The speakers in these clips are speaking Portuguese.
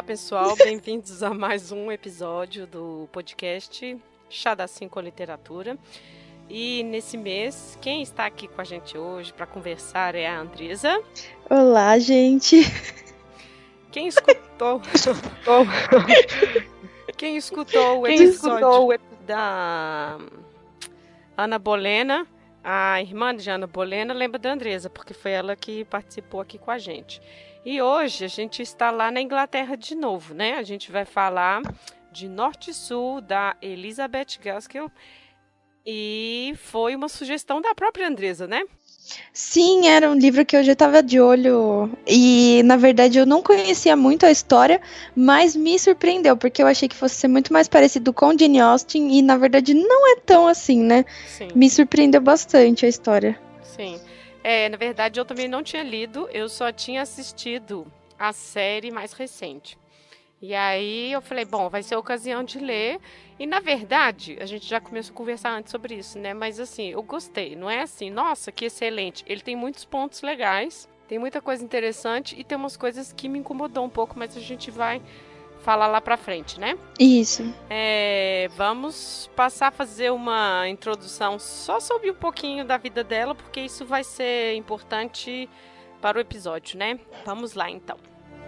pessoal, bem-vindos a mais um episódio do podcast Chá da 5 Literatura. E nesse mês, quem está aqui com a gente hoje para conversar é a Andresa. Olá, gente. Quem escutou o episódio da Ana Bolena, a irmã de Ana Bolena, lembra da Andresa, porque foi ela que participou aqui com a gente. E hoje a gente está lá na Inglaterra de novo, né? A gente vai falar de Norte e Sul, da Elizabeth Gaskell, e foi uma sugestão da própria Andresa, né? Sim, era um livro que eu já estava de olho e, na verdade, eu não conhecia muito a história, mas me surpreendeu, porque eu achei que fosse ser muito mais parecido com Jane Austen e, na verdade, não é tão assim, né? Sim. Me surpreendeu bastante a história. Sim. Na verdade, eu também não tinha lido, eu só tinha assistido a série mais recente. E aí eu falei, bom, vai ser a ocasião de ler. E na verdade, a gente já começou a conversar antes sobre isso, né? Mas assim, eu gostei. Não é assim, nossa, que excelente. Ele tem muitos pontos legais, tem muita coisa interessante e tem umas coisas que me incomodou um pouco, mas a gente vai falar lá pra frente, né? Isso. Vamos passar a fazer uma introdução só sobre um pouquinho da vida dela, porque isso vai ser importante para o episódio, né? Vamos lá, então.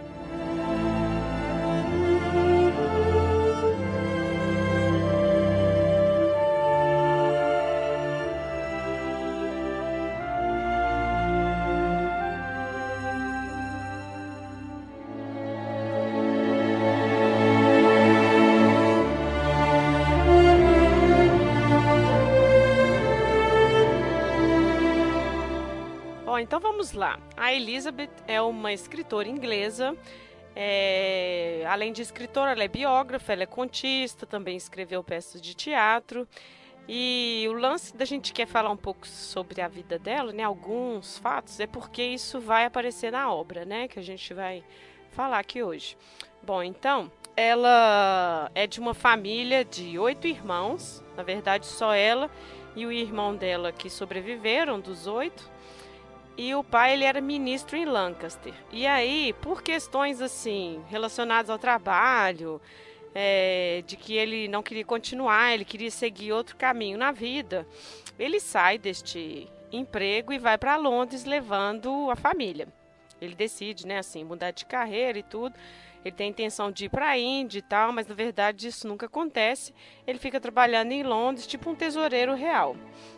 Então vamos lá. A Elizabeth é uma escritora inglesa. Além de escritora, ela é biógrafa, ela é contista, também escreveu peças de teatro. E o lance da gente quer falar um pouco sobre a vida dela, né? Alguns fatos, é porque isso vai aparecer na obra, né? Que a gente vai falar aqui hoje. Bom, então, ela é de uma família de 8 irmãos. Na verdade, só ela e o irmão dela que sobreviveram dos 8. E o pai, ele era ministro em Lancaster. E aí, por questões assim, relacionadas ao trabalho, de que ele não queria continuar, ele queria seguir outro caminho na vida, ele sai deste emprego e vai para Londres levando a família. Ele decide, né, assim, mudar de carreira e tudo. Ele tem a intenção de ir para a Índia e tal, mas na verdade isso nunca acontece. Ele fica trabalhando em Londres, tipo um tesoureiro real.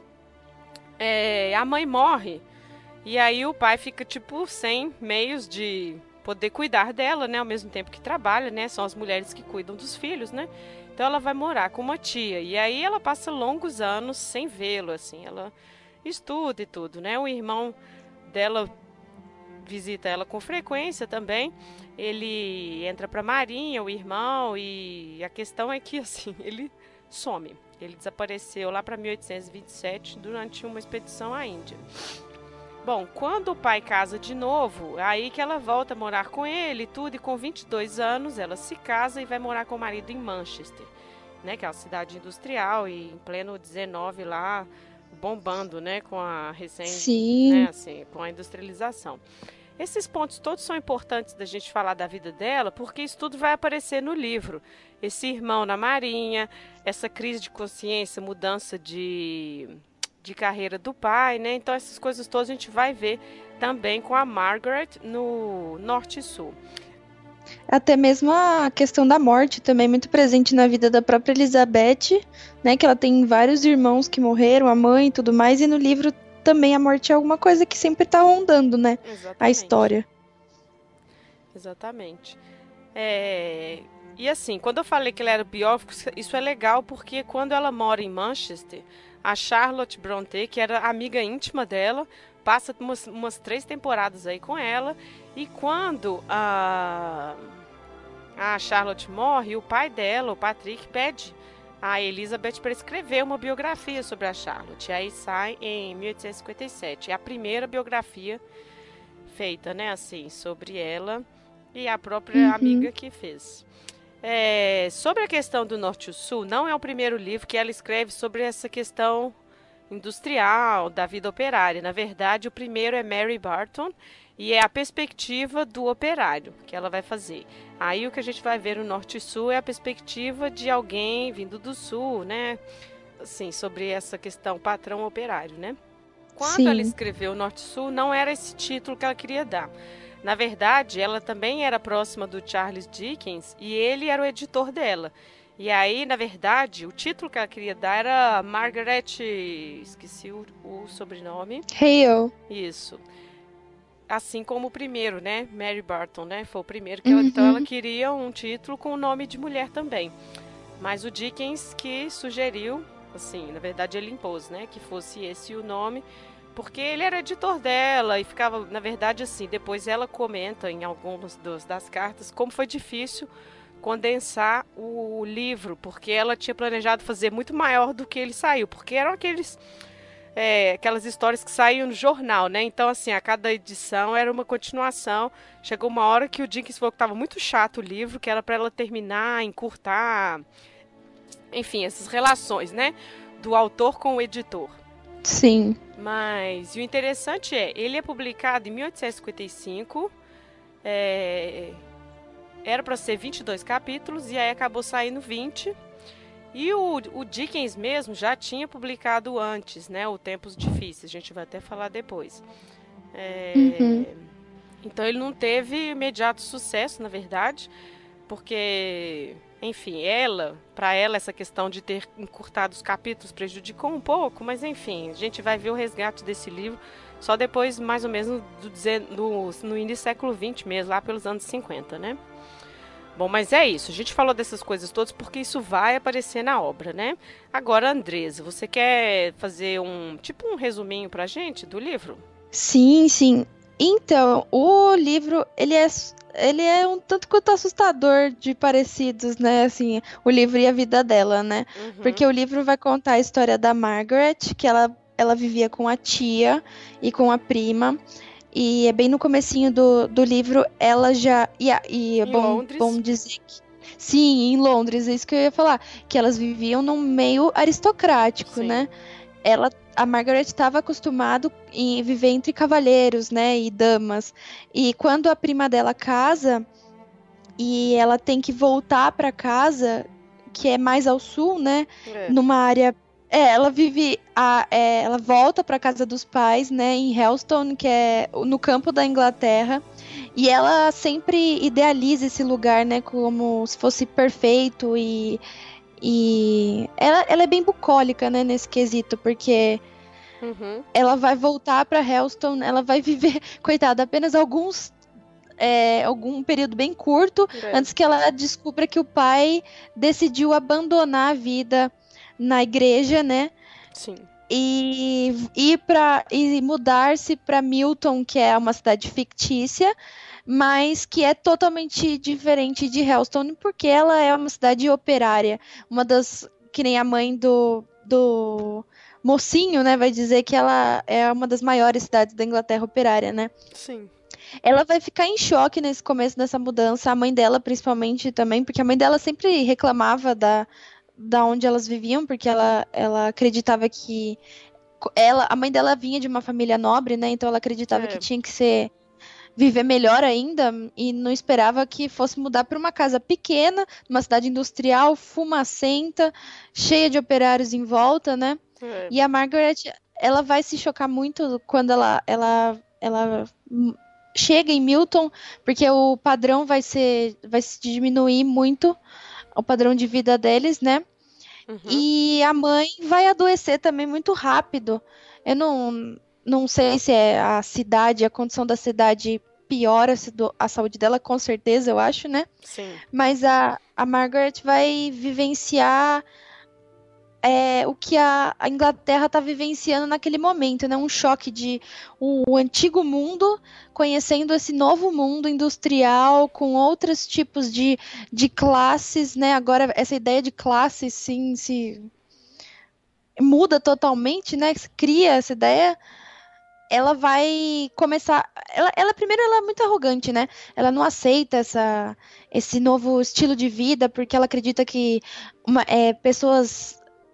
A mãe morre. E aí o pai fica, tipo, sem meios de poder cuidar dela, né? Ao mesmo tempo que trabalha, né? São as mulheres que cuidam dos filhos, né? Então ela vai morar com uma tia. E aí ela passa longos anos sem vê-lo, assim. Ela estuda e tudo, né? O irmão dela visita ela com frequência também. Ele entra pra marinha, o irmão, e a questão é que, assim, ele some. Ele desapareceu lá para 1827 durante uma expedição à Índia. Bom, quando o pai casa de novo, aí que ela volta a morar com ele e tudo, e com 22 anos ela se casa e vai morar com o marido em Manchester, né, que é uma cidade industrial e em pleno 19 lá, bombando, né, com a né, assim, com a industrialização. Esses pontos todos são importantes da gente falar da vida dela, porque isso tudo vai aparecer no livro. Esse irmão na marinha, essa crise de consciência, mudança de carreira do pai, né? Então essas coisas todas a gente vai ver também com a Margaret no Norte e Sul. Até mesmo a questão da morte também muito presente na vida da própria Elizabeth, né? Que ela tem vários irmãos que morreram, a mãe e tudo mais, e no livro também a morte é alguma coisa que sempre tá rondando, né? Exatamente. A história. Exatamente. E assim, quando eu falei que ela era biógrafa, isso é legal porque quando ela mora em Manchester, a Charlotte Brontë, que era amiga íntima dela, passa umas 3 temporadas aí com ela. E quando a Charlotte morre, o pai dela, o Patrick, pede a Elizabeth para escrever uma biografia sobre a Charlotte. E aí sai em 1857. É a primeira biografia feita, né, assim, sobre ela e a própria amiga que fez. Sobre a questão do Norte e o Sul, não é o primeiro livro que ela escreve sobre essa questão industrial, da vida operária. Na verdade, o primeiro é Mary Barton e é a perspectiva do operário que ela vai fazer. Aí o que a gente vai ver no Norte e Sul é a perspectiva de alguém vindo do Sul, né? Assim, sobre essa questão patrão operário, né? Quando ela Sim. escreveu Norte e Sul, não era esse título que ela queria dar. Na verdade, ela também era próxima do Charles Dickens e ele era o editor dela. E aí, na verdade, o título que ela queria dar era Margaret... Esqueci o sobrenome. Hale. Isso. Assim como o primeiro, né? Mary Barton, né? Foi o primeiro que ela... Uhum. Então ela queria um título com o nome de mulher também. Mas o Dickens que sugeriu, assim, na verdade ele impôs, né? Que fosse esse o nome, porque ele era editor dela e ficava, na verdade, assim, depois ela comenta em algumas das cartas como foi difícil condensar o livro, porque ela tinha planejado fazer muito maior do que ele saiu, porque eram aquelas histórias que saíam no jornal, né? Então, assim, a cada edição era uma continuação. Chegou uma hora que o Dickens falou que estava muito chato o livro, que era para ela terminar, encurtar, enfim, essas relações, né? Do autor com o editor. Sim. Mas o interessante ele é publicado em 1855, era para ser 22 capítulos e aí acabou saindo 20. E o Dickens mesmo já tinha publicado antes, né? O Tempos Difíceis, a gente vai até falar depois. Uhum. Então ele não teve imediato sucesso, na verdade, porque, enfim, para ela, essa questão de ter encurtado os capítulos prejudicou um pouco, mas enfim, a gente vai ver o resgate desse livro só depois, mais ou menos, no início do século XX mesmo, lá pelos anos 50, né? Bom, mas é isso, a gente falou dessas coisas todas porque isso vai aparecer na obra, né? Agora, Andresa, você quer fazer um resuminho pra gente do livro? Sim, sim. Então, o livro, ele é um tanto quanto assustador de parecidos, né? Assim, o livro e a vida dela, né? Porque Uhum. o livro vai contar a história da Margaret, que ela vivia com a tia e com a prima. E é bem no comecinho do livro, ela já... E é Em bom Londres. dizer que... Sim, em Londres, é isso que eu ia falar. Que elas viviam num meio aristocrático, Sim. né? A Margaret estava acostumada em viver entre cavalheiros, né, e damas. E quando a prima dela casa e ela tem que voltar para casa, que é mais ao sul, né, É. numa área, ela volta para casa dos pais, né, em Helston, que é no campo da Inglaterra. E ela sempre idealiza esse lugar, né, como se fosse perfeito e ela é bem bucólica, né, nesse quesito, porque Uhum. ela vai voltar para Helston, ela vai viver, coitada, apenas algum período bem curto, É. antes que ela descubra que o pai decidiu abandonar a vida na igreja, né? Sim. E mudar-se para Milton, que é uma cidade fictícia, mas que é totalmente diferente de Helston, porque ela é uma cidade operária, uma das que nem a mãe do mocinho, né, vai dizer que ela é uma das maiores cidades da Inglaterra operária, né? Sim. Ela vai ficar em choque nesse começo dessa mudança, a mãe dela principalmente também, porque a mãe dela sempre reclamava da onde elas viviam, porque ela acreditava que a mãe dela vinha de uma família nobre, né? Então ela acreditava que É. tinha que ser viver melhor ainda e não esperava que fosse mudar para uma casa pequena, uma cidade industrial, fumacenta, cheia de operários em volta, né? É. E a Margaret, ela vai se chocar muito quando ela chega em Milton, porque o padrão vai se diminuir muito, o padrão de vida deles, né? Uhum. E a mãe vai adoecer também muito rápido. Eu não sei se é a cidade, a condição da cidade piora a saúde dela, com certeza, eu acho, né? Sim. Mas a Margaret vai vivenciar o que a Inglaterra está vivenciando naquele momento, né? Um choque de o antigo mundo conhecendo esse novo mundo industrial com outros tipos de classes, né? Agora essa ideia de classe sim se muda totalmente, né? Cria essa ideia. Ela vai começar. Primeiro, ela é muito arrogante, né? Ela não aceita esse novo estilo de vida porque ela acredita que pessoas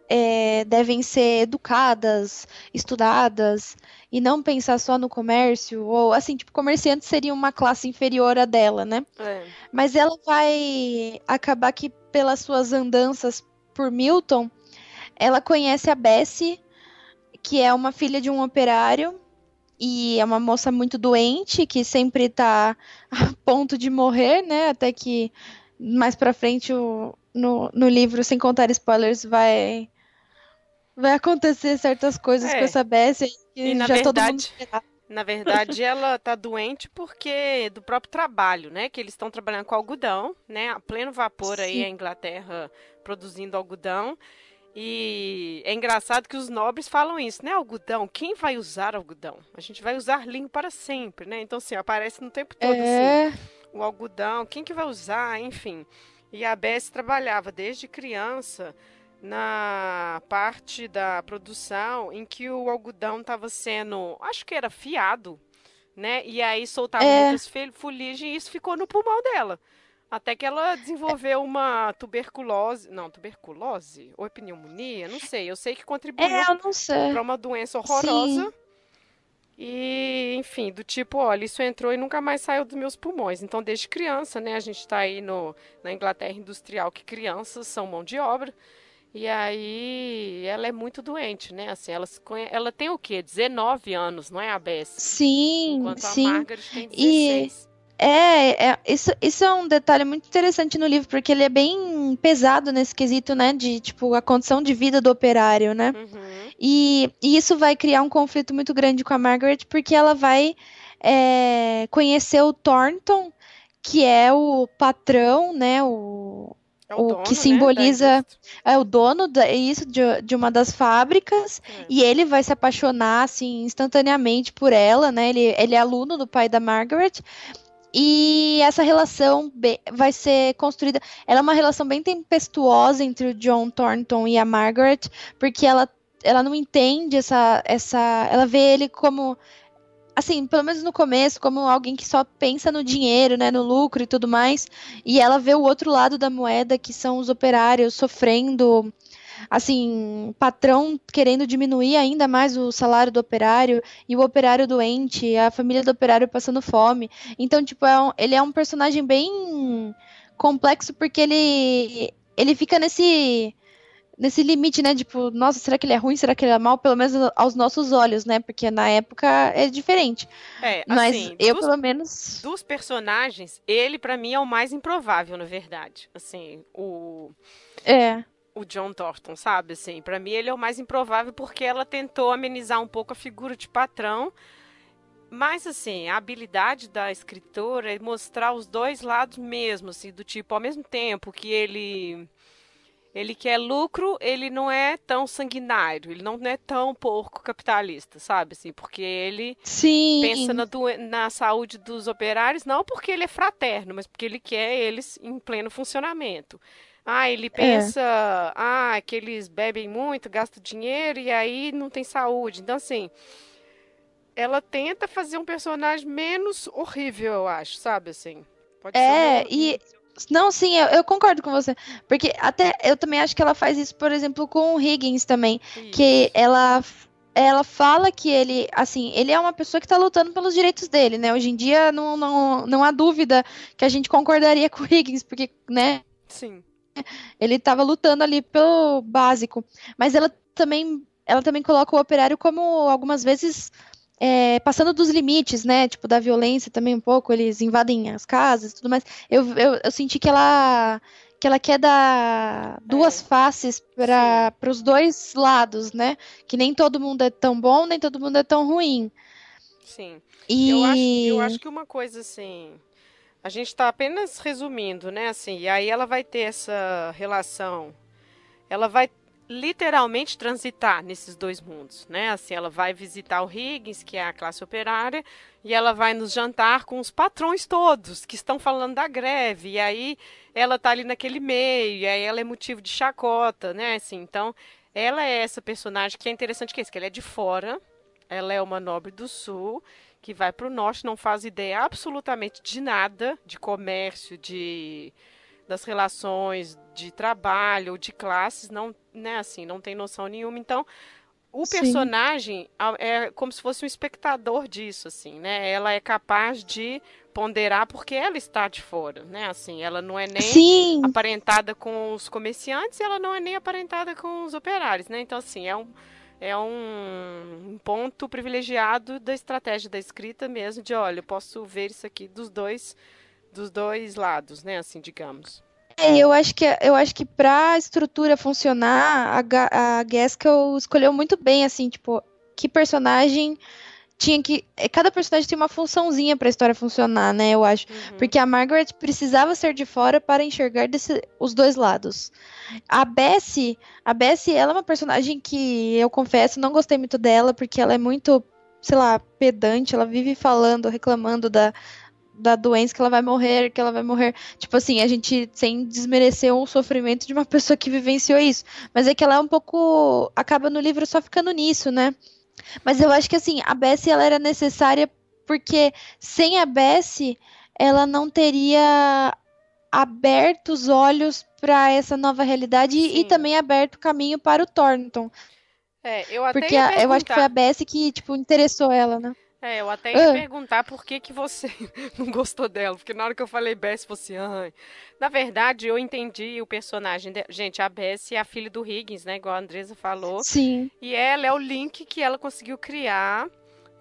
devem ser educadas, estudadas, e não pensar só no comércio, ou assim, tipo, comerciante seria uma classe inferior à dela, né? É. Mas ela vai acabar que, pelas suas andanças por Milton, ela conhece a Bessie, que é uma filha de um operário, e é uma moça muito doente, que sempre tá a ponto de morrer, né? Até que mais pra frente no livro, sem contar spoilers, vai acontecer certas coisas com É. essa Bessie E que já todo mundo esperava. na verdade, ela tá doente porque do próprio trabalho, né? Que eles estão trabalhando com algodão, né? A pleno vapor aí Sim. a Inglaterra produzindo algodão. E é engraçado que os nobres falam isso, né? Algodão, quem vai usar algodão? A gente vai usar linho para sempre, né? Então, assim, aparece no tempo todo, assim, É, o algodão, quem que vai usar, enfim. E a Bess trabalhava desde criança na parte da produção em que o algodão estava sendo, acho que era fiado, né? E aí soltava é, muitas fuligem e isso ficou no pulmão dela. Até que ela desenvolveu uma tuberculose, não, tuberculose ou pneumonia, não sei. Eu sei que contribuiu eu não sei. para uma doença horrorosa Sim. e, enfim, do tipo, olha, isso entrou e nunca mais saiu dos meus pulmões. Então, desde criança, né, a gente está aí no, na Inglaterra industrial, que crianças são mão de obra. E aí, ela é muito doente, né? Assim, ela tem o quê? 19 anos, não é a Bess? Sim, Enquanto a sim. Margaret tem E 16. isso é um detalhe muito interessante no livro, porque ele é bem pesado nesse quesito, né? De, tipo, a condição de vida do operário, né? Uhum. E isso vai criar um conflito muito grande com a Margaret, porque ela vai conhecer o Thornton, que é o patrão, né? É o O que dono, né, da simboliza indústria. o dono isso de uma das fábricas, É. e ele vai se apaixonar assim instantaneamente por ela, né? Ele é aluno do pai da Margaret, e essa relação vai ser construída. Ela é uma relação bem tempestuosa entre o John Thornton e a Margaret, porque ela não entende ela vê ele como, assim, pelo menos no começo, como alguém que só pensa no dinheiro, né, no lucro e tudo mais, e ela vê o outro lado da moeda, que são os operários sofrendo, assim, patrão querendo diminuir ainda mais o salário do operário, e o operário doente, a família do operário passando fome. Então, tipo, ele é um personagem bem complexo, porque ele fica nesse limite, né? Tipo, nossa, será que ele é ruim? Será que ele é mal? Pelo menos aos nossos olhos, né? Porque na época é diferente. É, Mas assim, eu, pelo menos. dos personagens, ele pra mim é o mais improvável, na verdade. Assim, É. o John Thornton, sabe? Assim, para mim ele é o mais improvável porque ela tentou amenizar um pouco a figura de patrão, mas assim, a habilidade da escritora é mostrar os dois lados mesmo, assim, do tipo, ao mesmo tempo que ele quer lucro, ele não é tão sanguinário, ele não é tão porco capitalista, sabe? Assim, porque ele pensa Sim. na saúde dos operários, não porque ele é fraterno, mas porque ele quer eles em pleno funcionamento. Ah, ele É. pensa, que eles bebem muito, gastam dinheiro e aí não tem saúde. Então, assim, ela tenta fazer um personagem menos horrível, eu acho, sabe? Assim, pode ser o É. meu. E. Não, sim, eu concordo com você. Porque até eu também acho que ela faz isso, por exemplo, com o Higgins também. Que Isso. ela fala que ele, assim, ele é uma pessoa que está lutando pelos direitos dele, né? Hoje em dia não há dúvida que a gente concordaria com o Higgins, porque, né, Sim. ele estava lutando ali pelo básico. Mas ela também coloca o operário como algumas vezes passando dos limites, né? Tipo, da violência também um pouco, eles invadem as casas e tudo mais. Eu senti que ela quer dar duas É, faces sim, para os dois lados, né? Que nem todo mundo é tão bom, nem todo mundo é tão ruim. sim. Eu E acho que uma coisa assim, a gente está apenas resumindo, né? Assim, e aí ela vai ter essa relação, ela vai literalmente transitar nesses dois mundos, né? Assim, ela vai visitar o Higgins, que é a classe operária, e ela vai nos jantar com os patrões todos que estão falando da greve. E aí ela tá ali naquele meio, e aí ela é motivo de chacota, né? Assim, então, ela é essa personagem que é interessante que é isso, que ela é de fora, ela é uma nobre do sul que vai para o norte, não faz ideia absolutamente de nada, de comércio, de das relações de trabalho ou de classes, não, né, assim, não tem noção nenhuma. Então, o Sim. personagem é como se fosse um espectador disso, assim, né? Ela é capaz de ponderar porque ela está de fora, né? Assim, ela não é nem Sim, aparentada com os comerciantes, e ela não é nem aparentada com os operários, né? Então, assim, um ponto privilegiado da estratégia da escrita mesmo, de olha, eu posso ver isso aqui dos dois lados, né? Assim, digamos. eu acho que para a estrutura funcionar, a Gaskell escolheu muito bem, assim, tipo, que personagem tinha que. Cada personagem tem uma funçãozinha para a história funcionar, né? Eu acho. Uhum, Porque a Margaret precisava ser de fora para enxergar os dois lados. A Bessie, ela é uma personagem que eu confesso, não gostei muito dela, porque ela é muito, sei lá, pedante, ela vive falando, reclamando da doença que ela vai morrer, que ela vai morrer. Tipo assim, a gente sem desmerecer o sofrimento de uma pessoa que vivenciou isso. Mas é que ela é um pouco. Acaba no livro só ficando nisso, né? Mas eu acho que assim, a Bessie ela era necessária porque sem a Bessie ela não teria aberto os olhos para essa nova realidade e sim. também aberto o caminho para o Thornton. Eu até Porque ia eu acho que foi a perguntar. Bessie que, tipo, interessou ela, né? Eu até ia Ah, perguntar por que que você não gostou dela, porque na hora que eu falei Bessie, você, ai. Na verdade, eu entendi o personagem. Gente, a Bessie é a filha do Higgins, né? Igual a Andresa falou. sim. E ela é o link que ela conseguiu criar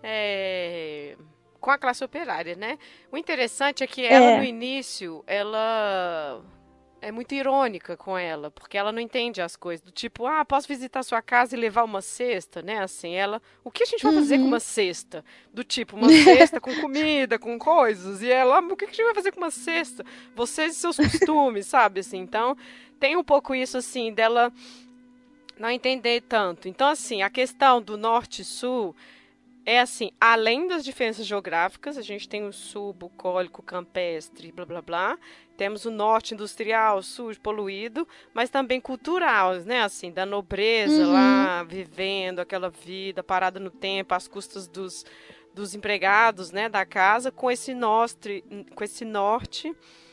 é, com a classe operária, né? O interessante é que ela, no É. início, ela é muito irônica com ela, porque ela não entende as coisas. Do tipo, ah, posso visitar sua casa e levar uma cesta, né? Assim, ela, o que a gente vai fazer com uma Uhum. cesta? Do tipo, uma cesta com comida, com coisas. E ela, o que a gente vai fazer com uma cesta? Vocês e seus costumes, sabe? Assim, então, tem um pouco isso, assim, dela não entender tanto. Então, assim, a questão do norte e sul é assim, além das diferenças geográficas, a gente tem o sul bucólico, campestre, blá blá blá. Temos o norte industrial, sujo, poluído, mas também cultural, né? Assim, da nobreza Uhum. lá, vivendo aquela vida parada no tempo, às custas dos empregados, né, da casa, com esse norte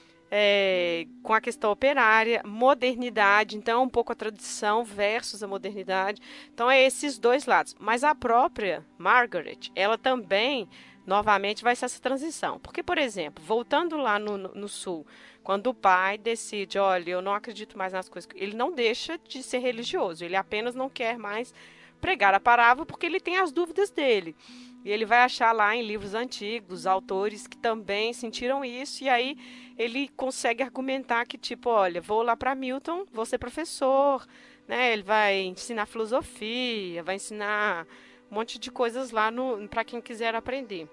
com a questão operária, modernidade, então um pouco a tradição versus a modernidade. Então é esses dois lados. Mas a própria Margaret, ela também, novamente, vai ser essa transição. Porque, por exemplo, voltando lá no sul, quando o pai decide, olha, eu não acredito mais nas coisas, ele não deixa de ser religioso, ele apenas não quer mais pregar a palavra porque ele tem as dúvidas dele. E ele vai achar lá em livros antigos autores que também sentiram isso, e aí ele consegue argumentar que, tipo, olha, vou lá para Milton, vou ser professor, né? Ele vai ensinar filosofia, vai ensinar um monte de coisas lá para quem quiser aprender.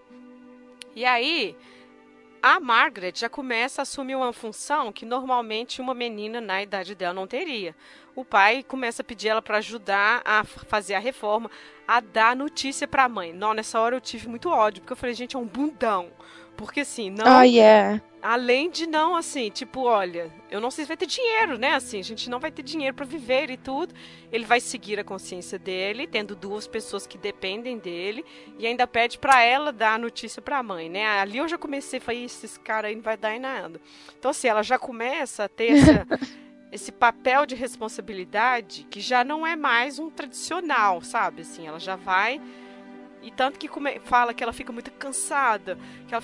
E aí, a Margaret já começa a assumir uma função que normalmente uma menina na idade dela não teria. O pai começa a pedir ela para ajudar a fazer a reforma, a dar notícia para a mãe. Não, nessa hora eu tive muito ódio, porque eu falei, gente, é um bundão. Porque assim, Oh, não. yeah. Além de não, assim, tipo, olha, eu não sei se vai ter dinheiro, né? Assim, a gente não vai ter dinheiro para viver e tudo. Ele vai seguir a consciência dele, tendo duas pessoas que dependem dele, e ainda pede para ela dar a notícia para a mãe, né? Ali eu já comecei a falar, esse cara aí não vai dar em nada. Então, assim, ela já começa a ter esse papel de responsabilidade que já não é mais um tradicional, sabe? Assim, ela já vai e tanto que fala que ela fica muito cansada,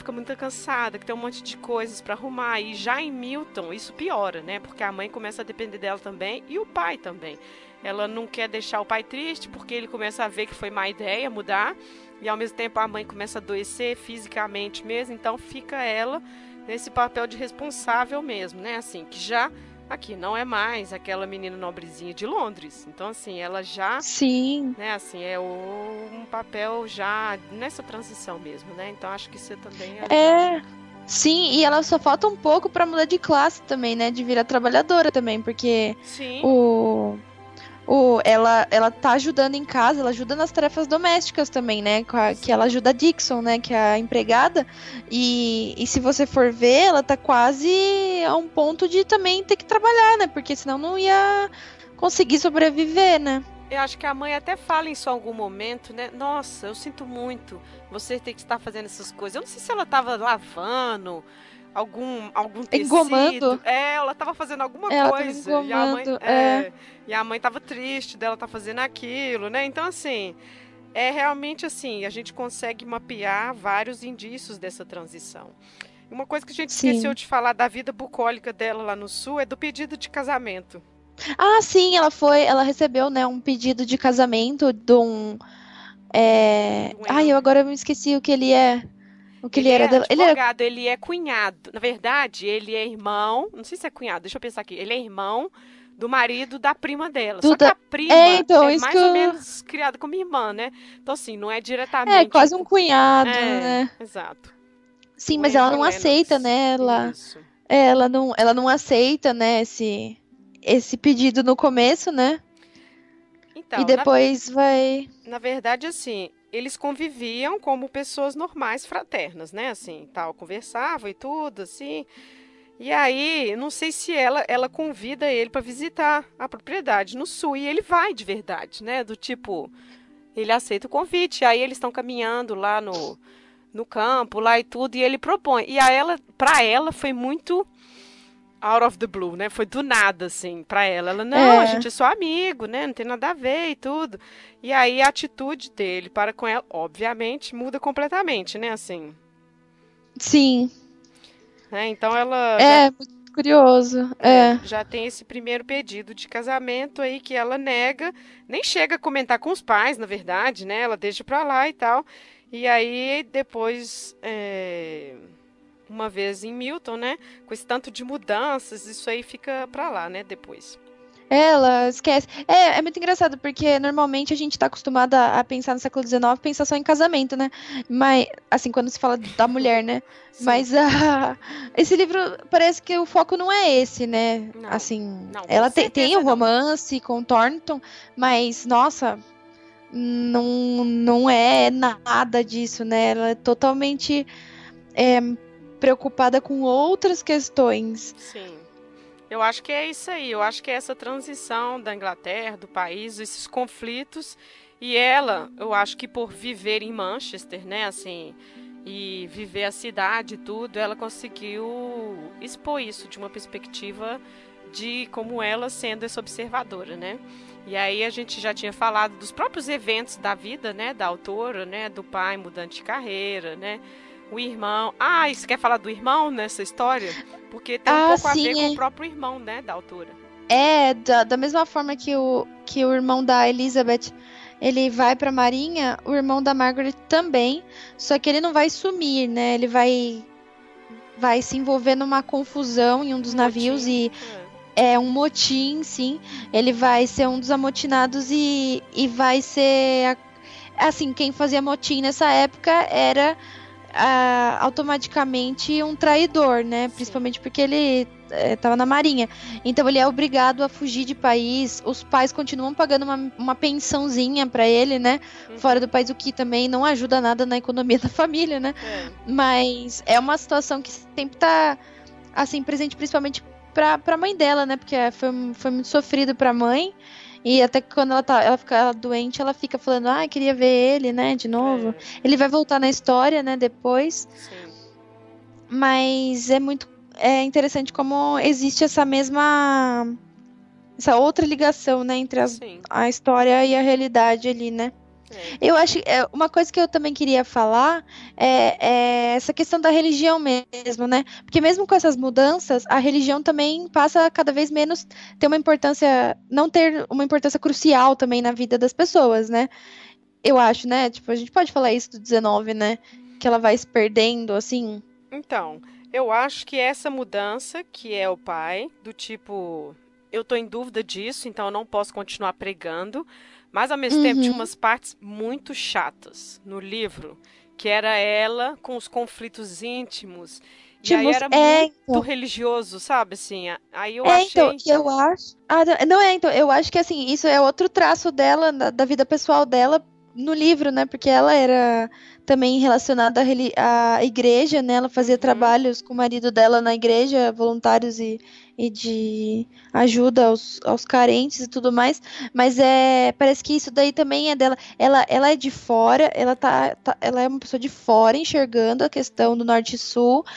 que tem um monte de coisas para arrumar. E já em Milton, isso piora, né? Porque a mãe começa a depender dela também e o pai também. Ela não quer deixar o pai triste porque ele começa a ver que foi má ideia mudar. E ao mesmo tempo a mãe começa a adoecer fisicamente mesmo. Então fica ela nesse papel de responsável mesmo, né? Assim, que já aqui não é mais aquela menina nobrezinha de Londres. Então, assim, ela já Sim. né, assim, um papel já nessa transição mesmo, né? Então acho que isso também é legal. É. Sim, e ela só falta um pouco pra mudar de classe também, né? De virar trabalhadora também, porque Sim, o ela tá ajudando em casa, ela ajuda nas tarefas domésticas também, né? Que ela sim. ajuda a Dixon, né? Que é a empregada. E se você for ver, ela tá quase a um ponto de também ter que trabalhar, né? Porque senão não ia conseguir sobreviver, né? Eu acho que a mãe até fala isso em algum momento, né? Nossa, eu sinto muito você ter que estar fazendo essas coisas. Eu não sei se ela estava lavando, algum Engomando. tecido. Ela tava fazendo alguma Ela tava coisa. engomando. E a mãe tava triste dela tá fazendo aquilo, né? Então, assim, é realmente assim, a gente consegue mapear vários indícios dessa transição. Uma coisa que a gente esqueceu Sim. de falar da vida bucólica dela lá no sul é do pedido de casamento. Ah, sim, ela recebeu, né, um pedido de casamento de um. Do Ai, eu Henry. agora me esqueci o que ele é. O que ele Ele era é dela. Ele era. advogado, ele é cunhado. Na verdade, ele é irmão. Não sei se é cunhado, deixa eu pensar aqui. Ele é irmão do marido da prima dela. Só que Duda. a prima Então, é isso que mais ou eu. menos criada como irmã, né? Então, assim, não é É, diretamente. quase um cunhado, É, né? exato. Sim, O mas ela Henry não aceita, Lennox. né? Isso. Ela não aceita, né, esse pedido no começo, né? E Então, depois vai. na verdade, assim, eles conviviam como pessoas normais, fraternas, né? Assim, tal, conversavam e tudo, assim. E aí, não sei se ela convida ele para visitar a propriedade no sul e ele vai de verdade, né? Do tipo, ele aceita o convite. Aí eles estão caminhando lá no campo, lá e tudo, e ele propõe. E a ela, para ela foi muito out of the blue, né? Foi do nada assim, para ela. Ela, não, a É, gente é só amigo, né? Não tem nada a ver e tudo. E aí a atitude dele para com ela, obviamente, muda completamente, né? Assim, sim. né? Então ela já É, muito curioso. É. já tem esse primeiro pedido de casamento aí que ela nega, nem chega a comentar com os pais, na verdade, né? Ela deixa pra lá e tal. E aí depois, uma vez em Milton, né? Com esse tanto de mudanças, isso aí fica pra lá, né? Depois. Ela esquece. É muito engraçado, porque normalmente a gente tá acostumada a pensar no século XIX, pensar só em casamento, né? Mas, assim, quando se fala da mulher, né? Sim, Mas esse livro parece que o foco não é esse, né? não, Assim, não, com ela tem o certeza não. romance com Thornton, mas, nossa, não é nada disso, né? Ela é totalmente é, preocupada com outras questões. Sim. Eu acho que é isso aí. Eu acho que é essa transição da Inglaterra, do país, esses conflitos. E ela, eu acho que por viver em Manchester, né, assim, e viver a cidade e tudo, ela conseguiu expor isso de uma perspectiva de como ela sendo essa observadora, né? E aí a gente já tinha falado dos próprios eventos da vida, né, da autora, né, do pai mudando de carreira, né? O irmão. Ah, e você quer falar do irmão nessa história? Porque tem um Ah, pouco a ver sim, com o é. próprio irmão, né, da autora. Da mesma forma que o irmão da Elizabeth, ele vai pra Marinha, o irmão da Margaret também, só que ele não vai sumir, né? Vai se envolver numa confusão em um dos Um navios motim. e É. é um motim, sim. Ele vai ser um dos amotinados e vai ser assim, quem fazia motim nessa época era automaticamente um traidor, né? Sim. Principalmente porque ele estava na Marinha. Então ele é obrigado a fugir de país. Os pais continuam pagando uma pensãozinha para ele, né? Fora do Uhum. país, o que também não ajuda nada na economia da família, né? É. Mas é uma situação que sempre tá assim presente, principalmente para mãe dela, né? Porque foi muito sofrido para a mãe. E até que quando ela fica doente, ela fica falando, queria ver ele, né, de novo. É. Ele vai voltar na história, né, depois. Sim. Mas é interessante como existe essa outra ligação, né, entre Sim. a história e a realidade ali, né? É. Eu acho, uma coisa que eu também queria falar é essa questão da religião mesmo, né? Porque mesmo com essas mudanças, a religião também passa a cada vez menos ter uma importância, não ter uma importância crucial também na vida das pessoas, né? Eu acho, né? Tipo, a gente pode falar isso do 19, né? Que ela vai se perdendo, assim. Então, eu acho que essa mudança, que é o pai, do tipo, eu tô em dúvida disso, então eu não posso continuar pregando, mas ao mesmo tempo tinha Uhum. umas partes muito chatas no livro, que era ela com os conflitos íntimos, e aí Timos, era muito então. religioso, sabe assim? Aí eu achei, E eu acho. Não é, então, eu acho que assim, isso é outro traço dela, da vida pessoal dela no livro, né? Porque ela era também relacionada à igreja, né? Ela fazia uhum, trabalhos com o marido dela na igreja, voluntários e de ajuda aos carentes e tudo mais. Mas parece que isso daí também é dela. Ela é de fora, ela é uma pessoa de fora enxergando a questão do norte e sul.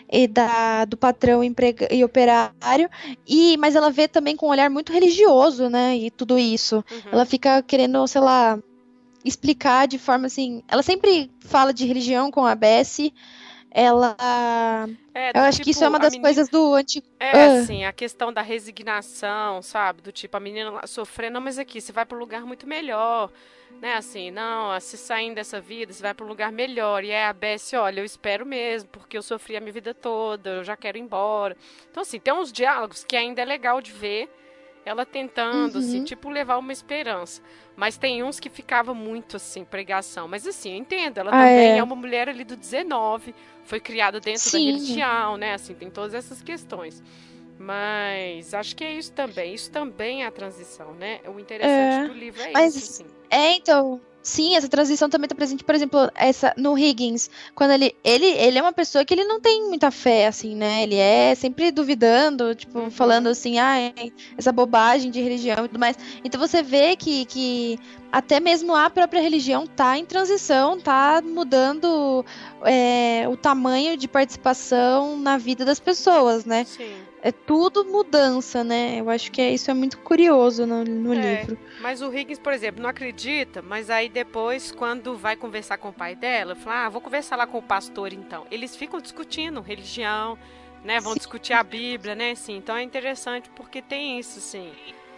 e do patrão e operário, mas ela vê também com um olhar muito religioso, né? E tudo isso. Uhum. Ela fica querendo, sei lá, explicar de forma assim. Ela sempre fala de religião com a Bessie. Ela. Eu Do acho que isso é tipo, uma a das menina. coisas do antigo. Assim, a questão da resignação, sabe? Do tipo, a menina lá sofrendo, não, mas aqui, você vai para um lugar muito melhor, né? Assim, não, se saindo dessa vida, você vai para um lugar melhor. E é a Bessie, olha, eu espero mesmo, porque eu sofri a minha vida toda, eu já quero ir embora. Então, assim, tem uns diálogos que ainda é legal de ver, ela tentando, assim, Uhum. tipo, levar uma esperança. Mas tem uns que ficava muito, assim, pregação. Mas, assim, eu entendo, ela Ah, também é é. uma mulher ali do 19, foi criada dentro da Sim. religião, né? Assim, tem todas essas questões. Mas acho que é isso também. Isso também é a transição, né? O interessante É. do livro é isso, Mas assim. então, sim, essa transição também tá presente, por exemplo, essa no Higgins, quando ele é uma pessoa que ele não tem muita fé assim, né? Ele é sempre duvidando, tipo, falando Uhum. assim, essa bobagem de religião e tudo mais. Então você vê que até mesmo a própria religião tá em transição, tá mudando o tamanho de participação na vida das pessoas, né? Sim. É tudo mudança, né? Eu acho que isso é muito curioso no livro. Mas o Higgins, por exemplo, não acredita, mas aí depois, quando vai conversar com o pai dela, fala, vou conversar lá com o pastor então. Eles ficam discutindo religião, né? Vão discutir a Bíblia, né? Assim, então é interessante porque tem isso, assim.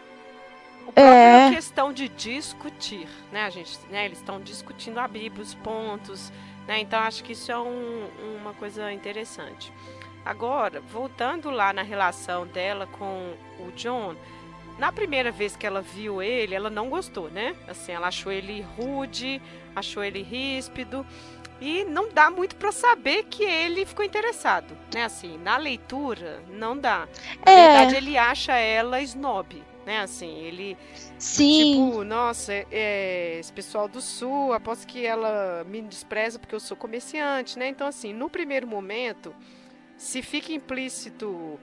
O próprio É, questão de discutir, né, a gente, né, eles estão discutindo a Bíblia, os pontos, né, então acho que isso é uma coisa interessante. Agora, voltando lá na relação dela com o John, na primeira vez que ela viu ele, ela não gostou, né? Assim, ela achou ele rude, achou ele ríspido e não dá muito para saber que ele ficou interessado, né? Assim, na leitura não dá. Na verdade, é, ele acha ela snob, né? Assim, ele do sim, tipo, nossa, esse pessoal do sul, aposto que ela me despreza porque eu sou comerciante, né? Então, assim, no primeiro momento, se fica implícito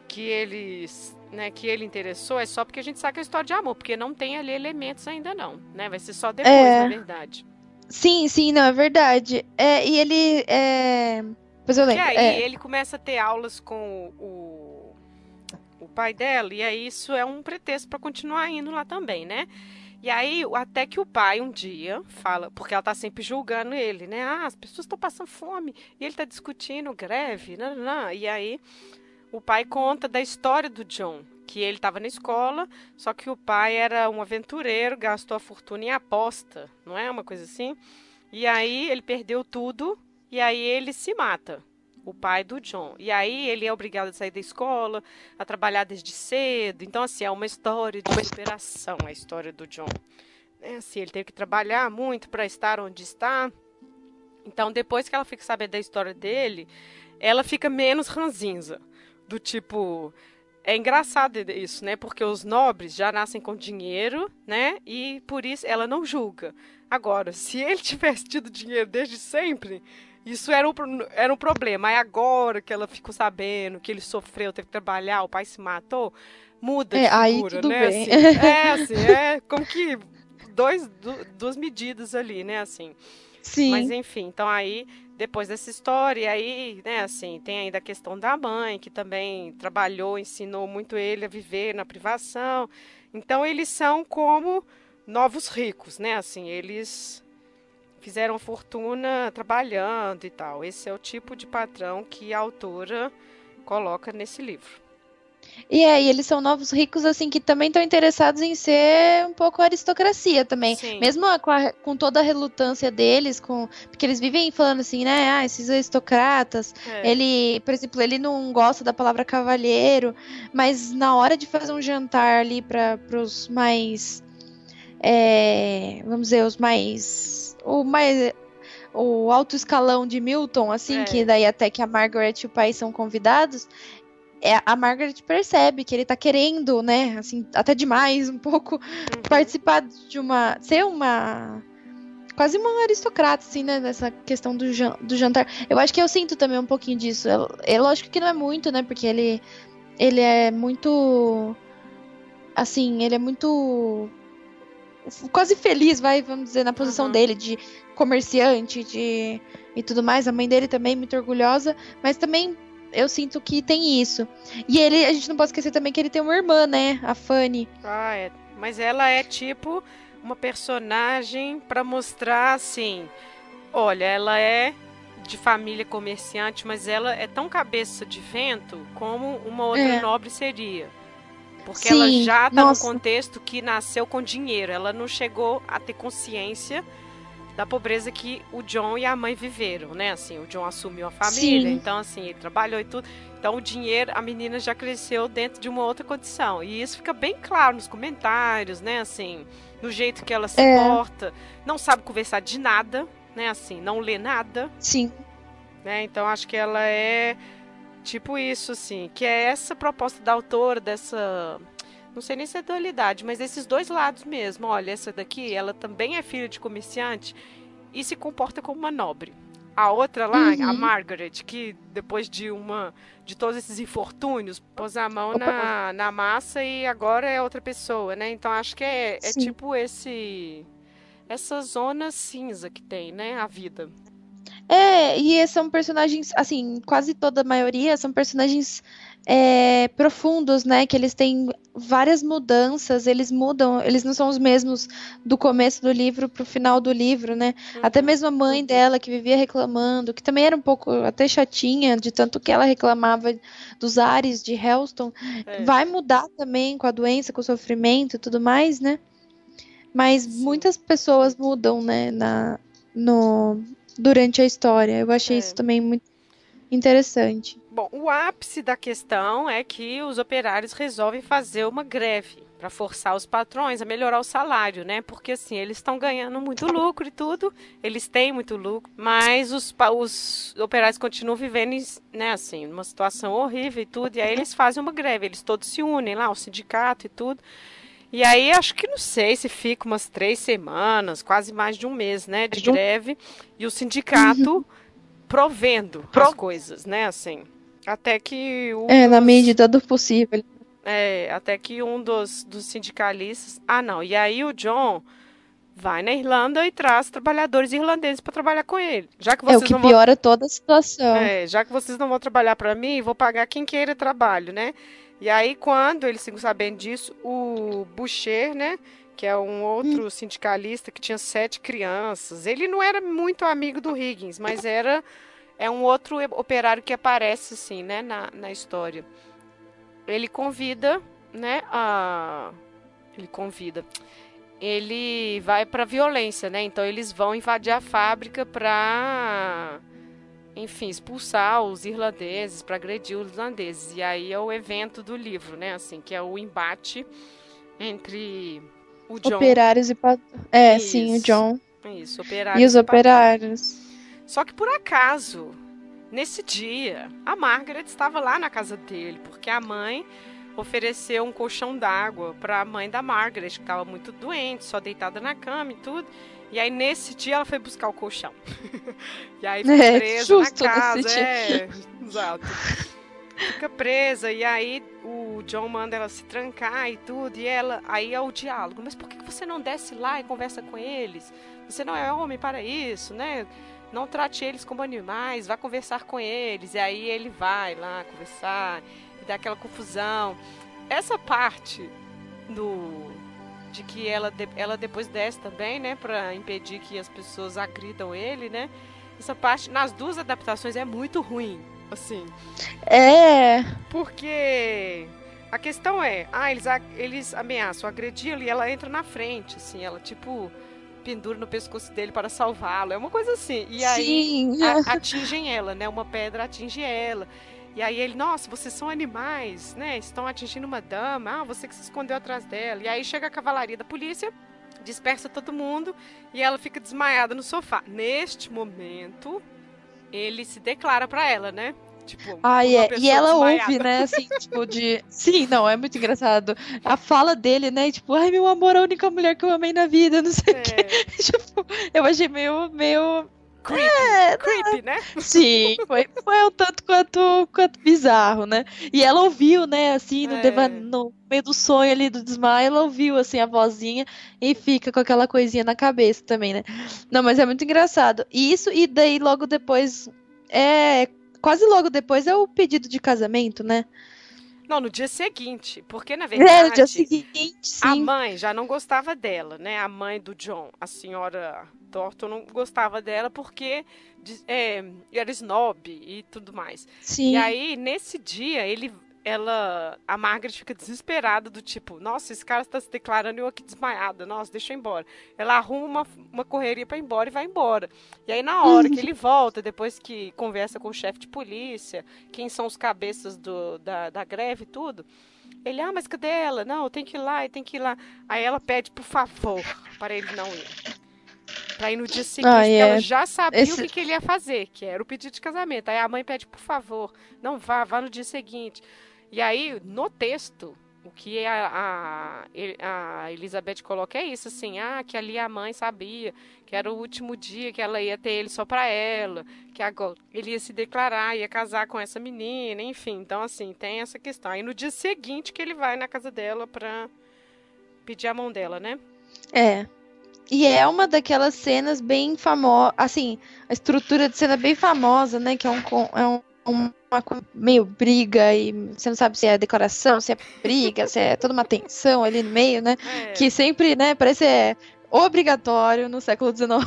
que ele interessou, é só porque a gente sabe que é história de amor, porque não tem ali elementos ainda não, né? Vai ser só depois, na é, verdade. sim, não, é verdade. E ele, pois eu Porque lembro, aí ele começa a ter aulas com o pai dela, e aí isso é um pretexto para continuar indo lá também, né? E aí, até que o pai um dia fala, porque ela tá sempre julgando ele, né? Ah, as pessoas estão passando fome, e ele tá discutindo greve, não. E aí o pai conta da história do John, que ele estava na escola, só que o pai era um aventureiro, gastou a fortuna em aposta, não é uma coisa assim? E aí ele perdeu tudo e aí ele se mata. O pai do John. E aí ele é obrigado a sair da escola, a trabalhar desde cedo. Então, assim, é uma história de superação, a história do John. É assim, ele teve que trabalhar muito para estar onde está. Então, depois que ela fica sabendo da história dele, ela fica menos ranzinza. Do tipo, é engraçado isso, né? Porque os nobres já nascem com dinheiro, né? E por isso ela não julga. Agora, se ele tivesse tido dinheiro desde sempre, isso era um problema. Aí agora que ela ficou sabendo que ele sofreu, teve que trabalhar, o pai se matou, muda de aí figura, tudo né? bem. Assim, é como que duas medidas ali, né? Assim. Mas Sim. enfim, então aí, depois dessa história, aí, né, assim, tem ainda a questão da mãe, que também trabalhou, ensinou muito ele a viver na privação. Então eles são como novos ricos, né? Assim, eles fizeram fortuna trabalhando e tal. Esse é o tipo de patrão que a autora coloca nesse livro. E aí, eles são novos ricos, assim, que também estão interessados em ser um pouco aristocracia também. Sim, Mesmo com toda a relutância deles, porque eles vivem falando assim, né? Ah, esses aristocratas. é. Ele, por exemplo, ele não gosta da palavra cavalheiro, mas na hora de fazer um jantar ali para os mais. Vamos dizer, os mais. O alto escalão de Milton, assim, que É. daí até que a Margaret e o pai são convidados, a Margaret percebe que ele tá querendo, né, assim, até demais, um pouco, Uhum. participar ser uma, quase uma aristocrata, assim, né, nessa questão do jantar. Eu acho que eu sinto também um pouquinho disso. Lógico que não é muito, né, porque ele é muito, assim, ele é muito quase feliz, vamos dizer, na posição Uhum. dele de comerciante, e tudo mais. A mãe dele também muito orgulhosa, mas também eu sinto que tem isso. E a gente não pode esquecer também que ele tem uma irmã, né? A Fanny. Ah, é. Mas ela é tipo uma personagem pra mostrar assim, olha, ela é de família comerciante, mas ela é tão cabeça de vento como uma outra É. nobre seria. Porque ela Sim, já tá num nossa, contexto que nasceu com dinheiro. Ela não chegou a ter consciência da pobreza que o John e a mãe viveram, né? Assim, o John assumiu a família, sim, então assim, ele trabalhou e tudo. Então o dinheiro, a menina já cresceu dentro de uma outra condição. E isso fica bem claro nos comentários, né? Assim, no jeito que ela se é, porta, não sabe conversar de nada, né? Assim, não lê nada, sim. né? Então acho que ela é tipo isso, assim, que é essa proposta da autora, dessa. Não sei nem se é dualidade, mas esses dois lados mesmo. Olha, essa daqui, ela também é filha de comerciante e se comporta como uma nobre. A outra lá, a Uhum. Margaret, que depois de todos esses infortúnios, pôs a mão Opa, na massa e agora é outra pessoa, né? Então acho que é sim. tipo essa zona cinza que tem, né? A vida. E são personagens, assim, quase toda a maioria são personagens profundos, né? Que eles têm várias mudanças, eles mudam, eles não são os mesmos do começo do livro pro final do livro, né? Até Uhum, mesmo a mãe dela, que vivia reclamando, que também era um pouco até chatinha, de tanto que ela reclamava dos ares de Hellston, é, vai mudar também com a doença, com o sofrimento e tudo mais, né? Mas sim. muitas pessoas mudam, né, no, durante a história. Eu achei isso É. também muito interessante. Bom, o ápice da questão é que os operários resolvem fazer uma greve para forçar os patrões a melhorar o salário, né? Porque assim, eles estão ganhando muito lucro e tudo, eles têm muito lucro, mas os operários continuam vivendo, né, assim, numa situação horrível e tudo, e aí eles fazem uma greve, eles todos se unem lá, o sindicato e tudo. E aí acho que não sei se fica umas 3 semanas, quase mais de um mês, né, de greve, e o sindicato Uhum. provendo as coisas, né, assim. Até que um Na dos. medida do possível. Até que um dos sindicalistas. Ah, não. E aí o John vai na Irlanda e traz trabalhadores irlandeses para trabalhar com ele. É o que piora toda a situação. Já que vocês não vão trabalhar para mim, vou pagar quem queira trabalho, né? E aí, quando eles ficam sabendo disso, o Boucher, né? Que é um Hum, outro sindicalista que tinha 7 crianças. Ele não era muito amigo do Higgins, mas é um outro operário que aparece, assim, né, na história. Ele convida, né, Ele convida. Ele vai pra violência, né? Então eles vão invadir a fábrica pra, enfim, expulsar os irlandeses, pra agredir os irlandeses. E aí é o evento do livro, né? Assim, que é o embate entre o John operários e e sim, o John isso, e os operários e patrão. operários. Só que por acaso, nesse dia, a Margaret estava lá na casa dele, porque a mãe ofereceu um colchão d'água para a mãe da Margaret, que estava muito doente, só deitada na cama e tudo. E aí, nesse dia, ela foi buscar o colchão. E aí fica É, presa na justo nesse casa, dia. exato. Fica presa, e aí o John manda ela se trancar e tudo, e ela, aí é o diálogo. Mas por que você não desce lá e conversa com eles? Você não é homem para isso, né? Não trate eles como animais, vá conversar com eles. E aí ele vai lá conversar, e dá aquela confusão. Essa parte do de que ela depois desce também, né, para impedir que as pessoas agridam ele, né? Essa parte nas duas adaptações é muito ruim, assim. É, Porque a questão é, eles ameaçam agredi-lo e ela entra na frente, assim, ela tipo pendura no pescoço dele para salvá-lo, é uma coisa assim. E aí sim. atingem ela, né? Uma pedra atinge ela. E aí ele, nossa, vocês são animais, né? Estão atingindo uma dama, você que se escondeu atrás dela. E aí chega a cavalaria da polícia, dispersa todo mundo e ela fica desmaiada no sofá. Neste momento, ele se declara para ela, né? Tipo, por Ai, uma e pessoa ela ouve, desmaiada. né, assim, tipo, de. Sim, não, é muito engraçado. A fala dele, né, tipo, ai, meu amor, a única mulher que eu amei na vida, não sei o quê. É, Tipo, eu achei meio. creepy. É, Creepy, né? sim, foi um tanto quanto bizarro, né? E ela ouviu, né, assim, É, no meio do sonho ali do desmaio, ela ouviu, assim, a vozinha e fica com aquela coisinha na cabeça também, né? Não, mas é muito engraçado. E isso, e daí logo depois. É. quase logo depois é o pedido de casamento, né? Não, no dia seguinte, porque na No dia verdade seguinte, a sim. mãe já não gostava dela, né? A mãe do John, a senhora Thornton, não gostava dela porque era snob e tudo mais. E Sim. aí, nesse dia, a Margaret fica desesperada do tipo, nossa, esse cara está se declarando e eu aqui desmaiada, nossa, deixa eu ir embora. Ela arruma uma correria para ir embora e vai embora. E aí, na hora que ele volta, depois que conversa com o chefe de polícia, quem são os cabeças da greve e tudo, ele, mas cadê ela? Não, tem que ir lá, tem que ir lá. Aí ela pede, por favor, para ele não ir. Pra ir no dia seguinte, porque ela já sabia o que ele ia fazer, que era o pedido de casamento. Aí a mãe pede, por favor, não vá no dia seguinte. E aí, no texto, o que a Elizabeth coloca é isso, assim, que ali a mãe sabia que era o último dia que ela ia ter ele só pra ela, que agora ele ia se declarar, ia casar com essa menina, enfim. Então, assim, tem essa questão. Aí no dia seguinte que ele vai na casa dela pra pedir a mão dela, né? É. E é uma daquelas cenas bem famosas, assim, a estrutura de cena bem famosa, né? Que é uma meio briga e você não sabe se é decoração, se é briga, se é toda uma tensão ali no meio, né? Que sempre, né, parece obrigatório no século XIX.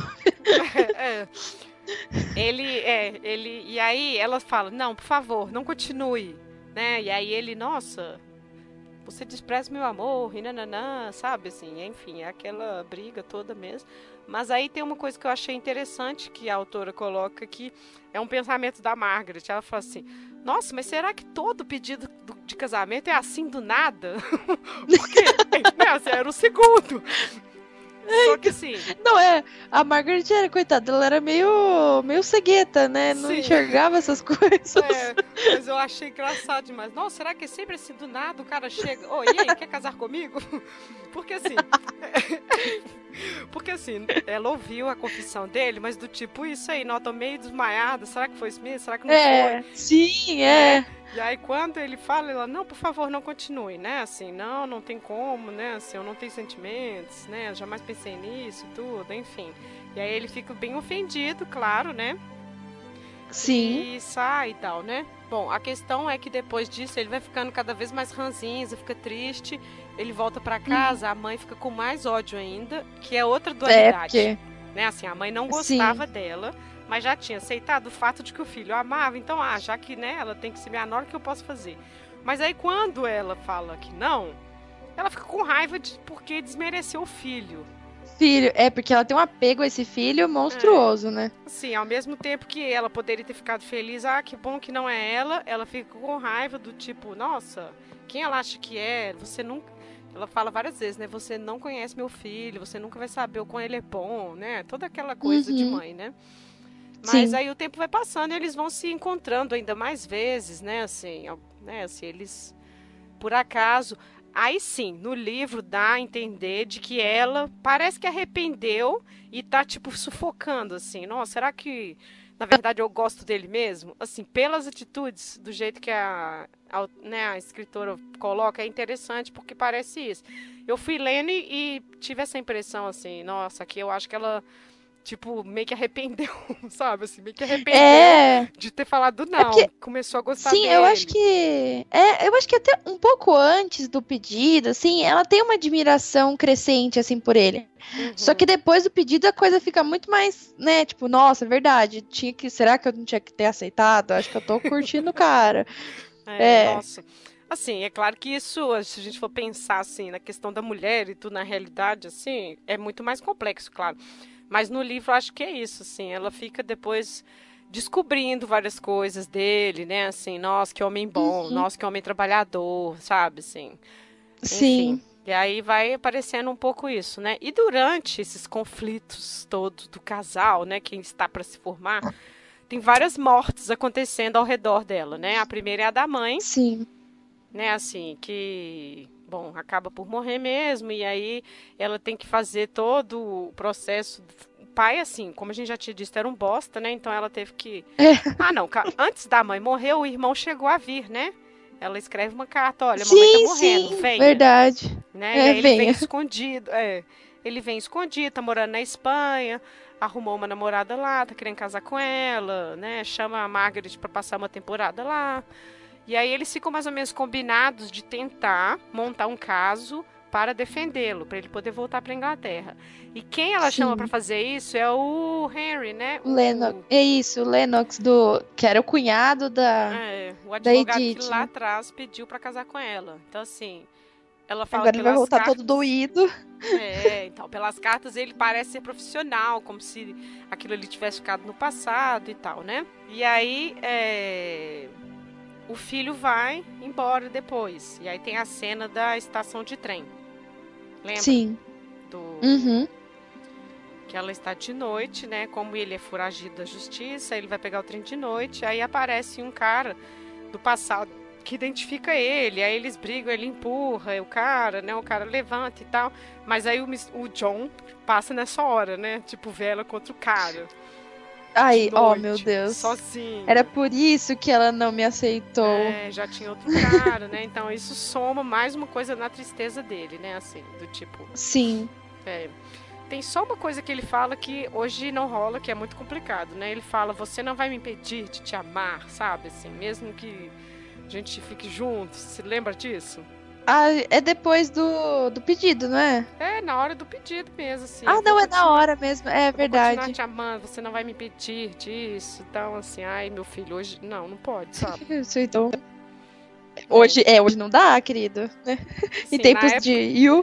E aí ela fala, não, por favor, não continue, né? E aí ele, nossa, você despreza meu amor, e nananã, sabe, assim, enfim, é aquela briga toda mesmo. Mas aí tem uma coisa que eu achei interessante que a autora coloca aqui, é um pensamento da Margaret. Ela fala assim, nossa, mas será que todo pedido de casamento é assim do nada? Porque, né, assim, era o segundo. Só que assim... Não, a Margaret era, coitada, ela era meio cegueta, né? Não enxergava essas coisas. Mas eu achei engraçado demais. Nossa, será que é sempre assim, do nada o cara chega... e aí, quer casar comigo? Porque assim, ela ouviu a confissão dele, mas do tipo, isso aí, nota meio desmaiada, será que foi isso mesmo? Será que não foi? Sim, E aí, quando ele fala, ela, não, por favor, não continue, né? Assim, não tem como, né? Assim, eu não tenho sentimentos, né? Eu jamais pensei nisso e tudo, enfim. E aí ele fica bem ofendido, claro, né? Sim. E sai e tal, né? Bom, a questão é que depois disso ele vai ficando cada vez mais ranzinza, fica triste, ele volta pra casa, a mãe fica com mais ódio ainda, que é outra dualidade. Né? Assim, a mãe não gostava dela, mas já tinha aceitado o fato de que o filho amava, então, já que, né, ela tem que ser minha nora, o que eu posso fazer? Mas aí quando ela fala que não, ela fica com raiva porque desmereceu o filho. Porque ela tem um apego a esse filho monstruoso, né? Sim, ao mesmo tempo que ela poderia ter ficado feliz, que bom que não é ela fica com raiva do tipo, nossa, quem ela acha que é? Você nunca... Ela fala várias vezes, né? Você não conhece meu filho, você nunca vai saber o quão ele é bom, né? Toda aquela coisa de mãe, né? Mas aí o tempo vai passando e eles vão se encontrando ainda mais vezes, né? Assim, eles, por acaso... Aí sim, no livro dá a entender de que ela parece que arrependeu e tá, tipo, sufocando, assim. Nossa, será que, na verdade, eu gosto dele mesmo? Assim, pelas atitudes, do jeito que a escritora coloca, é interessante, porque parece isso. Eu fui lendo e tive essa impressão, assim, nossa, que eu acho que ela... Tipo, meio que arrependeu, sabe? Assim, meio que arrependeu de ter falado não. Começou a gostar dele. Sim, eu acho que... eu acho que até um pouco antes do pedido, assim, ela tem uma admiração crescente, assim, por ele. Só que depois do pedido a coisa fica muito mais, né? Tipo, nossa, é verdade. Será que eu não tinha que ter aceitado? Acho que eu tô curtindo o cara. Nossa. Assim, é claro que isso, se a gente for pensar, assim, na questão da mulher e tudo, na realidade, assim, é muito mais complexo, claro. Mas no livro eu acho que é isso, assim, ela fica depois descobrindo várias coisas dele, né, assim, nossa, que homem bom, nossa, que homem trabalhador, sabe, assim. Sim. Enfim, e aí vai aparecendo um pouco isso, né, e durante esses conflitos todos do casal, né, quem está para se formar, tem várias mortes acontecendo ao redor dela, né, a primeira é a da mãe. Sim. Né, assim, que... Bom, acaba por morrer mesmo, e aí ela tem que fazer todo o processo. O pai, assim, como a gente já tinha dito, era um bosta, né? Então ela teve que... não, antes da mãe morrer, o irmão chegou a vir, né? Ela escreve uma carta, olha, a mamãe tá morrendo, venha. Verdade. né? E É, aí ele vem venha. escondido, ele vem escondido, tá morando na Espanha, arrumou uma namorada lá, tá querendo casar com ela, né? Chama a Margaret pra passar uma temporada lá. E aí eles ficam mais ou menos combinados de tentar montar um caso para defendê-lo, para ele poder voltar para Inglaterra. E quem ela chama para Sim. fazer isso é o Henry, né? O Lennox. É isso, o Lennox que era o cunhado O da advogado que Edith, lá né? atrás pediu para casar com ela. Então assim, ela fala Agora ele vai pelas voltar todo cartas. doído. Então, pelas cartas ele parece ser profissional, como se aquilo ali tivesse ficado no passado e tal, né? E aí, o filho vai embora depois. E aí tem a cena da estação de trem. Lembra? Sim. Do Uhum. que ela está de noite, né? Como ele é foragido da justiça, ele vai pegar o trem de noite. Aí aparece um cara do passado que identifica ele. Aí eles brigam, ele empurra o cara, né? O cara levanta e tal. Mas aí o John passa nessa hora, né? Tipo, vela contra o cara. De Ai, ó, meu noite, Deus. Era sozinho. por isso que ela não me aceitou. Já tinha outro cara, né? Então isso soma mais uma coisa na tristeza dele, né? Assim, do tipo. Sim. É, tem só uma coisa que ele fala que hoje não rola, que é muito complicado, né? Ele fala: você não vai me impedir de te amar, sabe? Assim, mesmo que a gente fique juntos. Você lembra disso? Ah, é depois do pedido, não é? É, na hora do pedido mesmo, assim. Ah, não, é na hora mesmo. É Eu vou continuar verdade. te amando, você não vai me impedir disso. Então, assim, ai, meu filho, hoje. Não, não pode, sabe? Isso, então. É. Hoje não dá, querido, né? Em Sim, na tempos de época. You.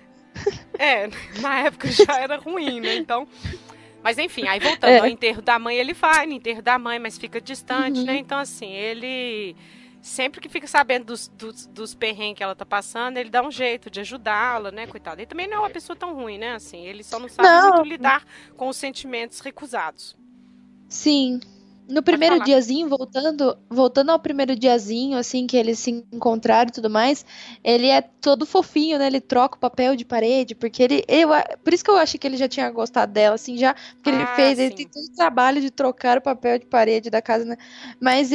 Na época já era ruim, né? Então. Mas enfim, aí voltando ao É. enterro da mãe, ele vai no enterro da mãe, mas fica distante, né? Uhum. Então, assim, ele. Sempre que fica sabendo dos perrengues que ela tá passando, ele dá um jeito de ajudá-la, né, coitada. Ele também não é uma pessoa tão ruim, né? Assim, ele só não sabe muito Não, lidar com os sentimentos recusados. sim. No Pode primeiro falar. diazinho, voltando ao primeiro diazinho, assim, que eles se encontraram e tudo mais, ele é todo fofinho, né? Ele troca o papel de parede, porque por isso que eu achei que ele já tinha gostado dela, assim, já, porque Ah, ele tem sim. todo o trabalho de trocar o papel de parede da casa, né? Mas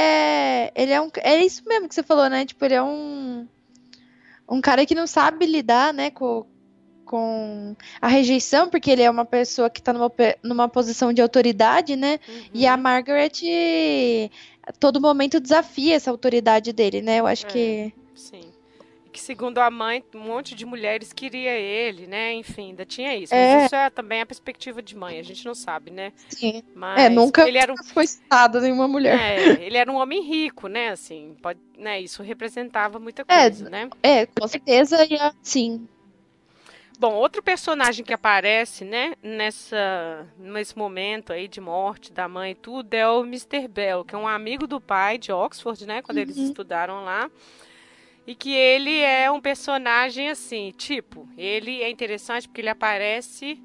é isso mesmo que você falou, né? Tipo, ele é um cara que não sabe lidar, né, com a rejeição, porque ele é uma pessoa que está numa posição de autoridade, né? E a Uhum. Margaret, a todo momento, desafia essa autoridade dele, né? Eu acho É, que. sim. E que segundo a mãe, um monte de mulheres queria ele, né? Enfim, ainda tinha isso. Mas É, isso é também a perspectiva de mãe, a gente não sabe, né? sim. É, Mas nunca foi citado nenhuma mulher. ele era um homem rico, né? Assim, pode, né? Isso representava muita É, coisa, né? com certeza, sim. Bom, outro personagem que aparece, né, nesse momento aí de morte da mãe e tudo, é o Mister Bell, que é um amigo do pai de Oxford, né, quando eles Uhum. estudaram lá. E que ele é um personagem assim, tipo, ele é interessante porque ele aparece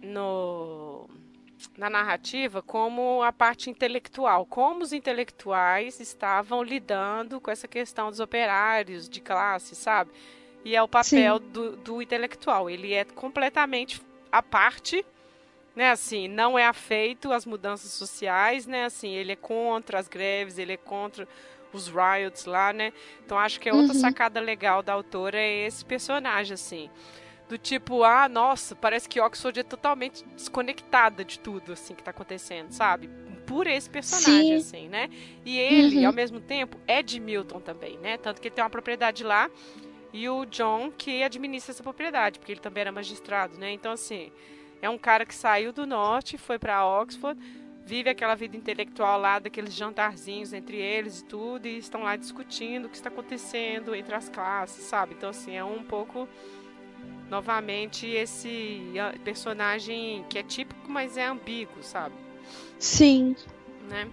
no na narrativa como a parte intelectual, como os intelectuais estavam lidando com essa questão dos operários de classe, sabe? E é o papel Sim. do intelectual. Ele é completamente à parte, né? Assim, não é afeito às mudanças sociais, né? Assim, ele é contra as greves, ele é contra os riots lá, né? Então acho que é outra Uhum. sacada legal da autora é esse personagem, assim. Do tipo, ah, nossa, parece que Oxford é totalmente desconectada de tudo, assim, que tá acontecendo, sabe? Por esse personagem, Sim. assim, né? E ele, ao Uhum. mesmo tempo, é de Milton também, né? Tanto que ele tem uma propriedade lá e o John que administra essa propriedade, porque ele também era magistrado, né? Então, assim, é um cara que saiu do norte, foi para Oxford, vive aquela vida intelectual lá, daqueles jantarzinhos entre eles e tudo, e estão lá discutindo o que está acontecendo entre as classes, sabe? Então, assim, é um pouco, novamente, esse personagem que é típico, mas é ambíguo, sabe? Sim. Né?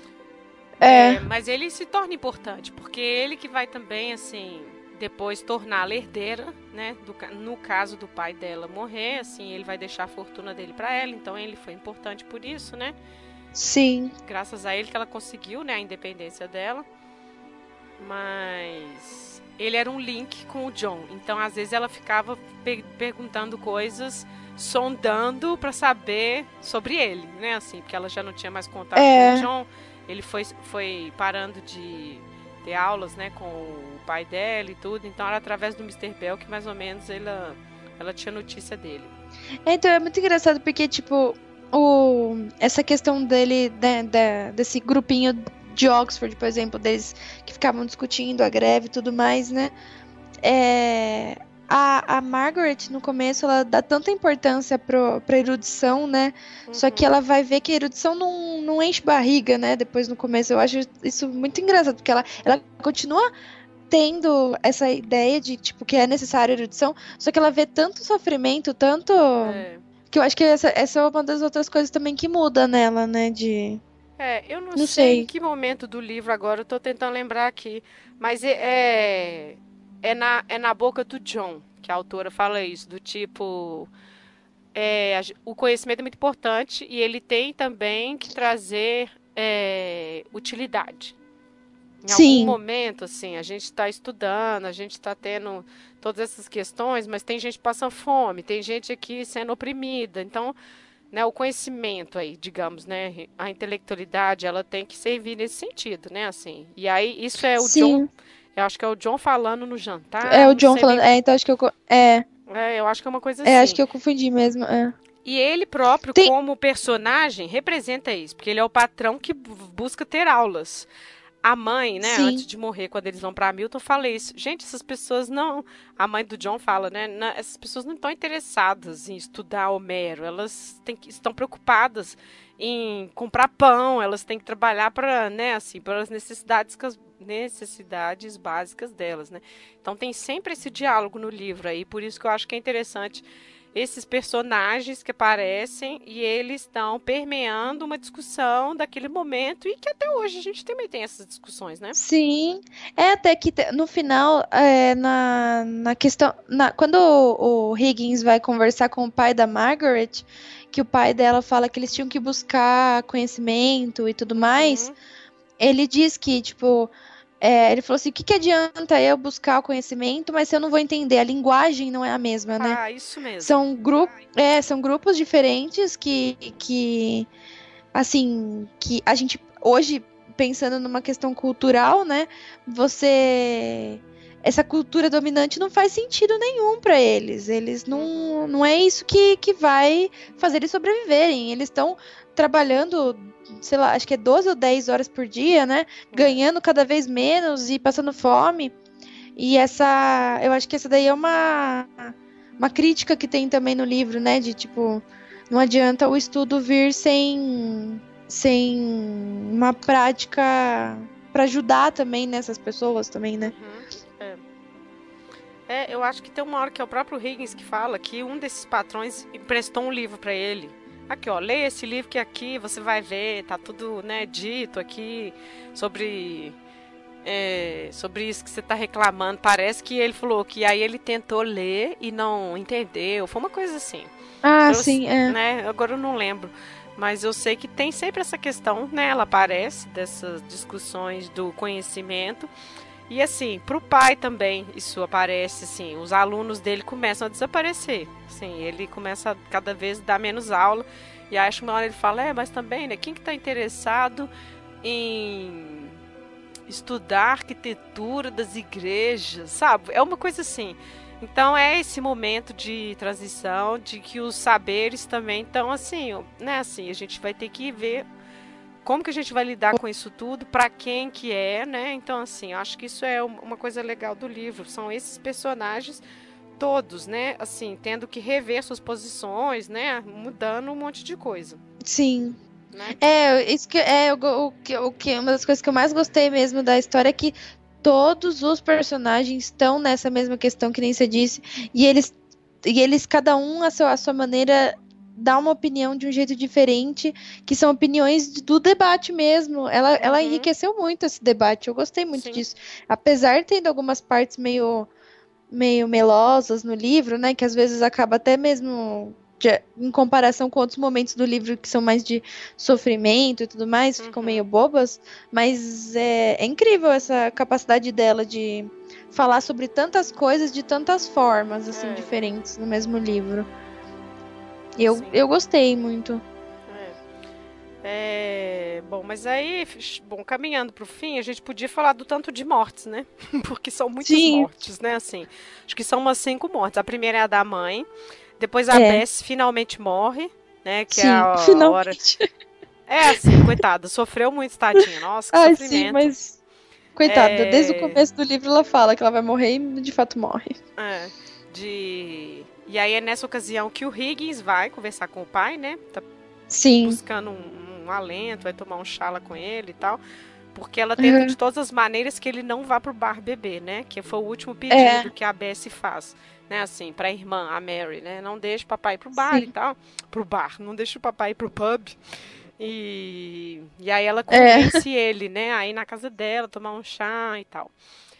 É. Mas ele se torna importante, porque ele que vai também, assim, depois torná-la herdeira, né? No caso do pai dela morrer, assim, ele vai deixar a fortuna dele para ela, então ele foi importante por isso, né? Sim. Graças a ele que ela conseguiu, né, a independência dela. Mas ele era um link com o John, então às vezes ela ficava perguntando coisas, sondando para saber sobre ele, né? Assim, porque ela já não tinha mais contato com o É. John. Ele foi parando ter aulas, né, com o pai dela e tudo. Então era através do Mr. Bell que mais ou menos ela tinha notícia dele. Então é muito engraçado porque, tipo, essa questão dele, desse grupinho de Oxford, por exemplo, deles que ficavam discutindo a greve e tudo mais, né? A Margaret, no começo, ela dá tanta importância pra erudição, né? Só que ela vai ver que a erudição não enche barriga, né? Depois, no começo, eu acho isso muito engraçado, porque ela continua tendo essa ideia de, tipo, que é necessária erudição, só que ela vê tanto sofrimento, tanto... Que eu acho que essa é uma das outras coisas também que muda nela, né? Eu não sei em que momento do livro agora, eu tô tentando lembrar aqui, mas é na boca do John que a autora fala isso, do tipo, o conhecimento é muito importante e ele tem também que trazer utilidade. Em algum momento, assim, a gente está estudando, a gente está tendo todas essas questões, mas tem gente passando fome, tem gente aqui sendo oprimida, então, né, o conhecimento aí, digamos, né, a intelectualidade, ela tem que servir nesse sentido, né, assim. E aí, isso é o John, eu acho que é o John falando no jantar. É o John falando, então acho que eu acho que é uma coisa assim. Acho que eu confundi mesmo, E ele próprio, como personagem, representa isso, porque ele é o patrão que busca ter aulas. A mãe, né, antes de morrer, quando eles vão para Milton, fala isso. Gente, essas pessoas não... A mãe do John fala, né, essas pessoas não estão interessadas em estudar Homero. Elas estão preocupadas em comprar pão, elas têm que trabalhar para, né, assim, para as necessidades básicas delas, né. Então tem sempre esse diálogo no livro aí, por isso que eu acho que é interessante esses personagens que aparecem e eles estão permeando uma discussão daquele momento e que até hoje a gente também tem essas discussões, né? Sim, até que no final, na questão, quando o Higgins vai conversar com o pai da Margaret, que o pai dela fala que eles tinham que buscar conhecimento e tudo mais, ele diz que, tipo, ele falou assim, o que adianta eu buscar o conhecimento, mas se eu não vou entender, a linguagem não é a mesma, né? Ah, isso mesmo. São grupos diferentes que, assim, que a gente, hoje, pensando numa questão cultural, né, essa cultura dominante não faz sentido nenhum para eles. Eles não é isso que vai fazer eles sobreviverem. Eles estão trabalhando, sei lá, acho que é 12 ou 10 horas por dia, né? Ganhando cada vez menos e passando fome. E eu acho que essa daí é uma crítica que tem também no livro, né? De tipo, não adianta o estudo vir sem uma prática para ajudar também nessas pessoas também, né? Eu acho que tem uma hora que é o próprio Higgins que fala que um desses patrões emprestou um livro para ele. Aqui, ó, leia esse livro que aqui você vai ver, tá tudo, né, dito aqui sobre isso que você tá reclamando. Parece que ele falou que aí ele tentou ler e não entendeu. Foi uma coisa assim. Sim, né, agora eu não lembro. Mas eu sei que tem sempre essa questão, né? Ela aparece dessas discussões do conhecimento. E assim, pro pai também isso aparece, assim, os alunos dele começam a desaparecer. Assim, ele começa a cada vez dar menos aula. E acho que uma hora ele fala, mas também, né? Quem que tá interessado em estudar arquitetura das igrejas, sabe? É uma coisa assim. Então é esse momento de transição, de que os saberes também estão assim, né? Assim, a gente vai ter que ver como que a gente vai lidar com isso tudo, para quem que é, né? Então, assim, acho que isso é uma coisa legal do livro. São esses personagens todos, né? Assim, tendo que rever suas posições, né? Mudando um monte de coisa. Sim. Né? Isso que uma das coisas que eu mais gostei mesmo da história é que todos os personagens estão nessa mesma questão que nem você disse, e eles cada um a sua maneira dá uma opinião de um jeito diferente, que são opiniões do debate mesmo. Ela enriqueceu muito esse debate, eu gostei muito disso. Apesar de tendo algumas partes meio melosas no livro, né, que às vezes acaba até mesmo em comparação com outros momentos do livro que são mais de sofrimento e tudo mais, ficam meio bobas, mas é incrível essa capacidade dela de falar sobre tantas coisas de tantas formas, assim, diferentes no mesmo livro. Eu gostei muito. Bom, mas aí, bom, caminhando pro fim, a gente podia falar do tanto de mortes, né? Porque são muitas Sim, mortes, né? Assim, acho que são umas 5 mortes. A primeira é a da mãe, depois a é. Bess finalmente morre, né? Que é Sim, a hora. finalmente. É assim, coitada, sofreu muito, tadinha. Nossa, que Ai, sim, sofrimento. mas. Coitada, desde o É, começo do livro ela fala que ela vai morrer e de fato morre. é, E aí é nessa ocasião que o Higgins vai conversar com o pai, né? Tá Sim. buscando um alento, vai tomar um chá lá com ele e tal. Porque ela tenta de Uhum. todas as maneiras que ele não vá pro bar beber, né? Que foi o último pedido É, que a Bessie faz, né? Assim, pra irmã, a Mary, né? Não deixe o papai ir pro bar e sim. tal. Pro bar, não deixe o papai ir pro pub. E aí ela É. convence ele, né? A ir na casa dela, tomar um chá e tal.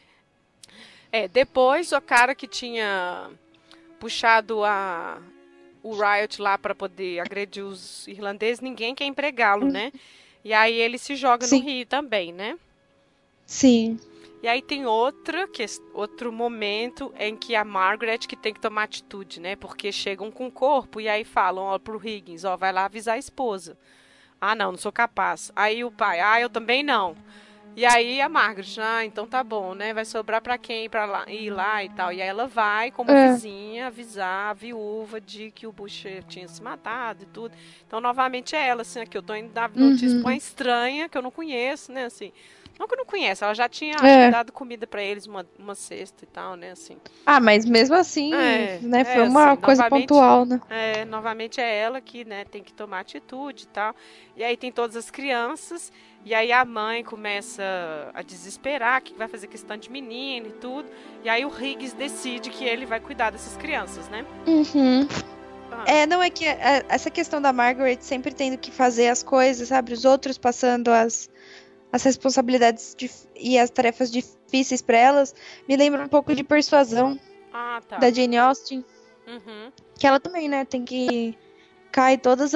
Depois o cara que tinha puxado o Riot lá para poder agredir os irlandeses, ninguém quer empregá-lo, Hum, né? E aí ele se joga no sim, rio também, né? sim. E aí tem outro momento em que a Margaret que tem que tomar atitude, né? Porque chegam com o corpo e aí falam, ó, pro Higgins, ó, vai lá avisar a esposa. Ah, não, não sou capaz. Aí o pai, eu também não. E aí a Margaret, então tá bom, né? Vai sobrar pra quem ir lá e tal. E aí ela vai como É. vizinha avisar a viúva de que o Butcher tinha se matado e tudo. Então, novamente é ela, assim, aqui eu tô indo dar notícia pra uma Uhum. estranha que eu não conheço, né, assim. Não que eu não conheço, ela já tinha, acho que, É. dado comida pra eles, uma cesta e tal, né, assim. Ah, mas mesmo assim, né, foi uma Assim, coisa novamente, pontual, né? novamente é ela que, né, tem que tomar atitude e tal. E aí tem todas as crianças, e aí a mãe começa a desesperar, que vai fazer questão de menino e tudo. E aí o Higgs decide que ele vai cuidar dessas crianças, né? Uhum. Ah, É, não é que essa questão da Margaret sempre tendo que fazer as coisas, sabe? Os outros passando as responsabilidades e as tarefas difíceis pra elas, me lembra um pouco de Persuasão tá. da Jane Austen, Uhum. que ela também, né, tem que cair todas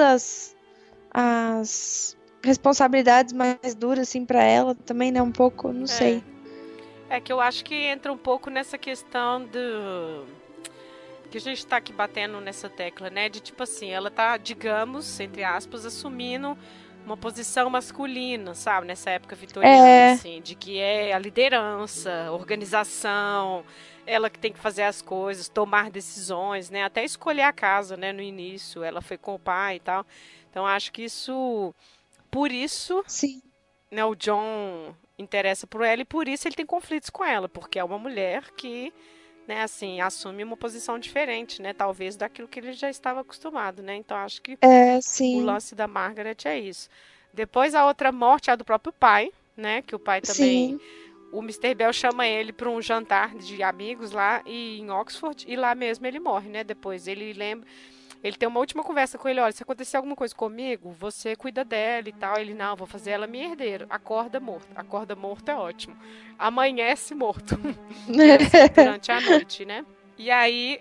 as responsabilidades mais duras assim pra ela também, né, um pouco, não É. sei. É que eu acho que entra um pouco nessa questão do que a gente tá aqui batendo nessa tecla, né? De tipo assim, ela tá, digamos, entre aspas, assumindo uma posição masculina, sabe? Nessa época vitoriana, É, assim, de que é a liderança, organização, ela que tem que fazer as coisas, tomar decisões, né? Até escolher a casa, né? No início, ela foi com o pai e tal. Então, acho que por isso, sim. né? O John interessa por ela e por isso ele tem conflitos com ela, porque é uma mulher que, né, assim, assume uma posição diferente, né, talvez daquilo que ele já estava acostumado, né, então acho que É, o sim. lance da Margaret é isso. Depois a outra morte é a do próprio pai, né, que o pai também, Sim. o Mr. Bell chama ele para um jantar de amigos lá em Oxford e lá mesmo ele morre, né, depois ele lembra, ele tem uma última conversa com ele, olha, se acontecer alguma coisa comigo, você cuida dela e tal. Ele, não, vou fazer ela minha herdeira. Acorda morto. Acorda morto é ótimo. Amanhece morto. né, assim, durante a noite, né? E aí,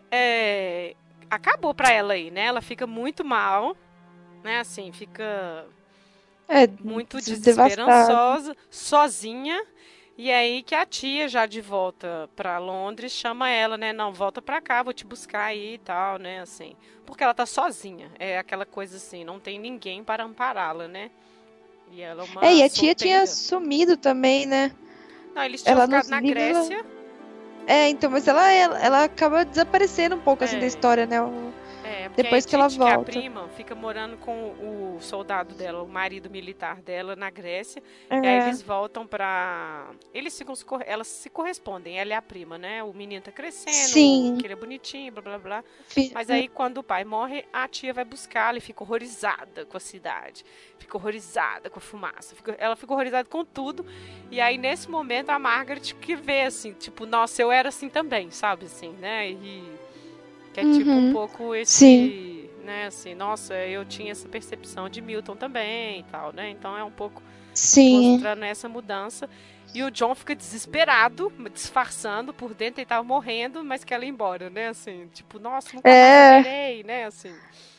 acabou pra ela aí, né? Ela fica muito mal, né? Assim, fica É, muito devastado. desesperançosa, sozinha. E aí que a tia, já de volta pra Londres, chama ela, né? Não, volta pra cá, vou te buscar aí e tal, né? Assim, porque ela tá sozinha. É aquela coisa assim, não tem ninguém para ampará-la, né? E ela é É, uma e a tia tinha solteira. sumido também, né? Não, eles tinham Ela ficado nos na livros. Grécia. É, então, mas ela acaba desaparecendo um pouco assim da É, história, né? Porque a Depois que ela Edith, que é a volta. prima, fica morando com o soldado dela, o marido militar dela na Grécia. E aí É, eles voltam pra. Elas se correspondem, ela é a prima, né? O menino tá crescendo, sim. que ele é bonitinho, blá blá blá. Mas É. aí quando o pai morre, a tia vai buscá-lo e fica horrorizada com a cidade. Fica horrorizada com a fumaça. Ela fica horrorizada com tudo. E aí nesse momento a Margaret que vê assim, tipo, nossa, eu era assim também, sabe? Assim, né? Que é tipo um Uhum. pouco Sim. esse, né, assim, nossa, eu tinha essa percepção de Milton também e tal, né? Então é um pouco Sim. mostrando essa mudança. E o John fica desesperado, disfarçando por dentro, ele tava morrendo, mas quer ir embora, né? Assim, tipo, nossa, nunca mais a É. verei, né? Assim.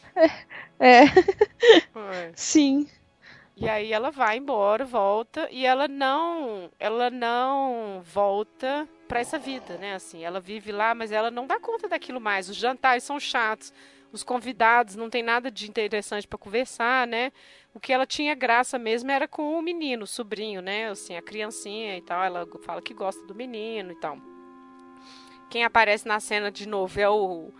É. É. Sim. E aí ela vai embora, volta, e ela não volta para essa vida, né? Assim, ela vive lá, mas ela não dá conta daquilo mais. Os jantares são chatos, os convidados não tem nada de interessante para conversar, né? O que ela tinha graça mesmo era com o menino, o sobrinho, né? Assim, a criancinha e tal. Ela fala que gosta do menino e tal. Quem aparece na cena de novo é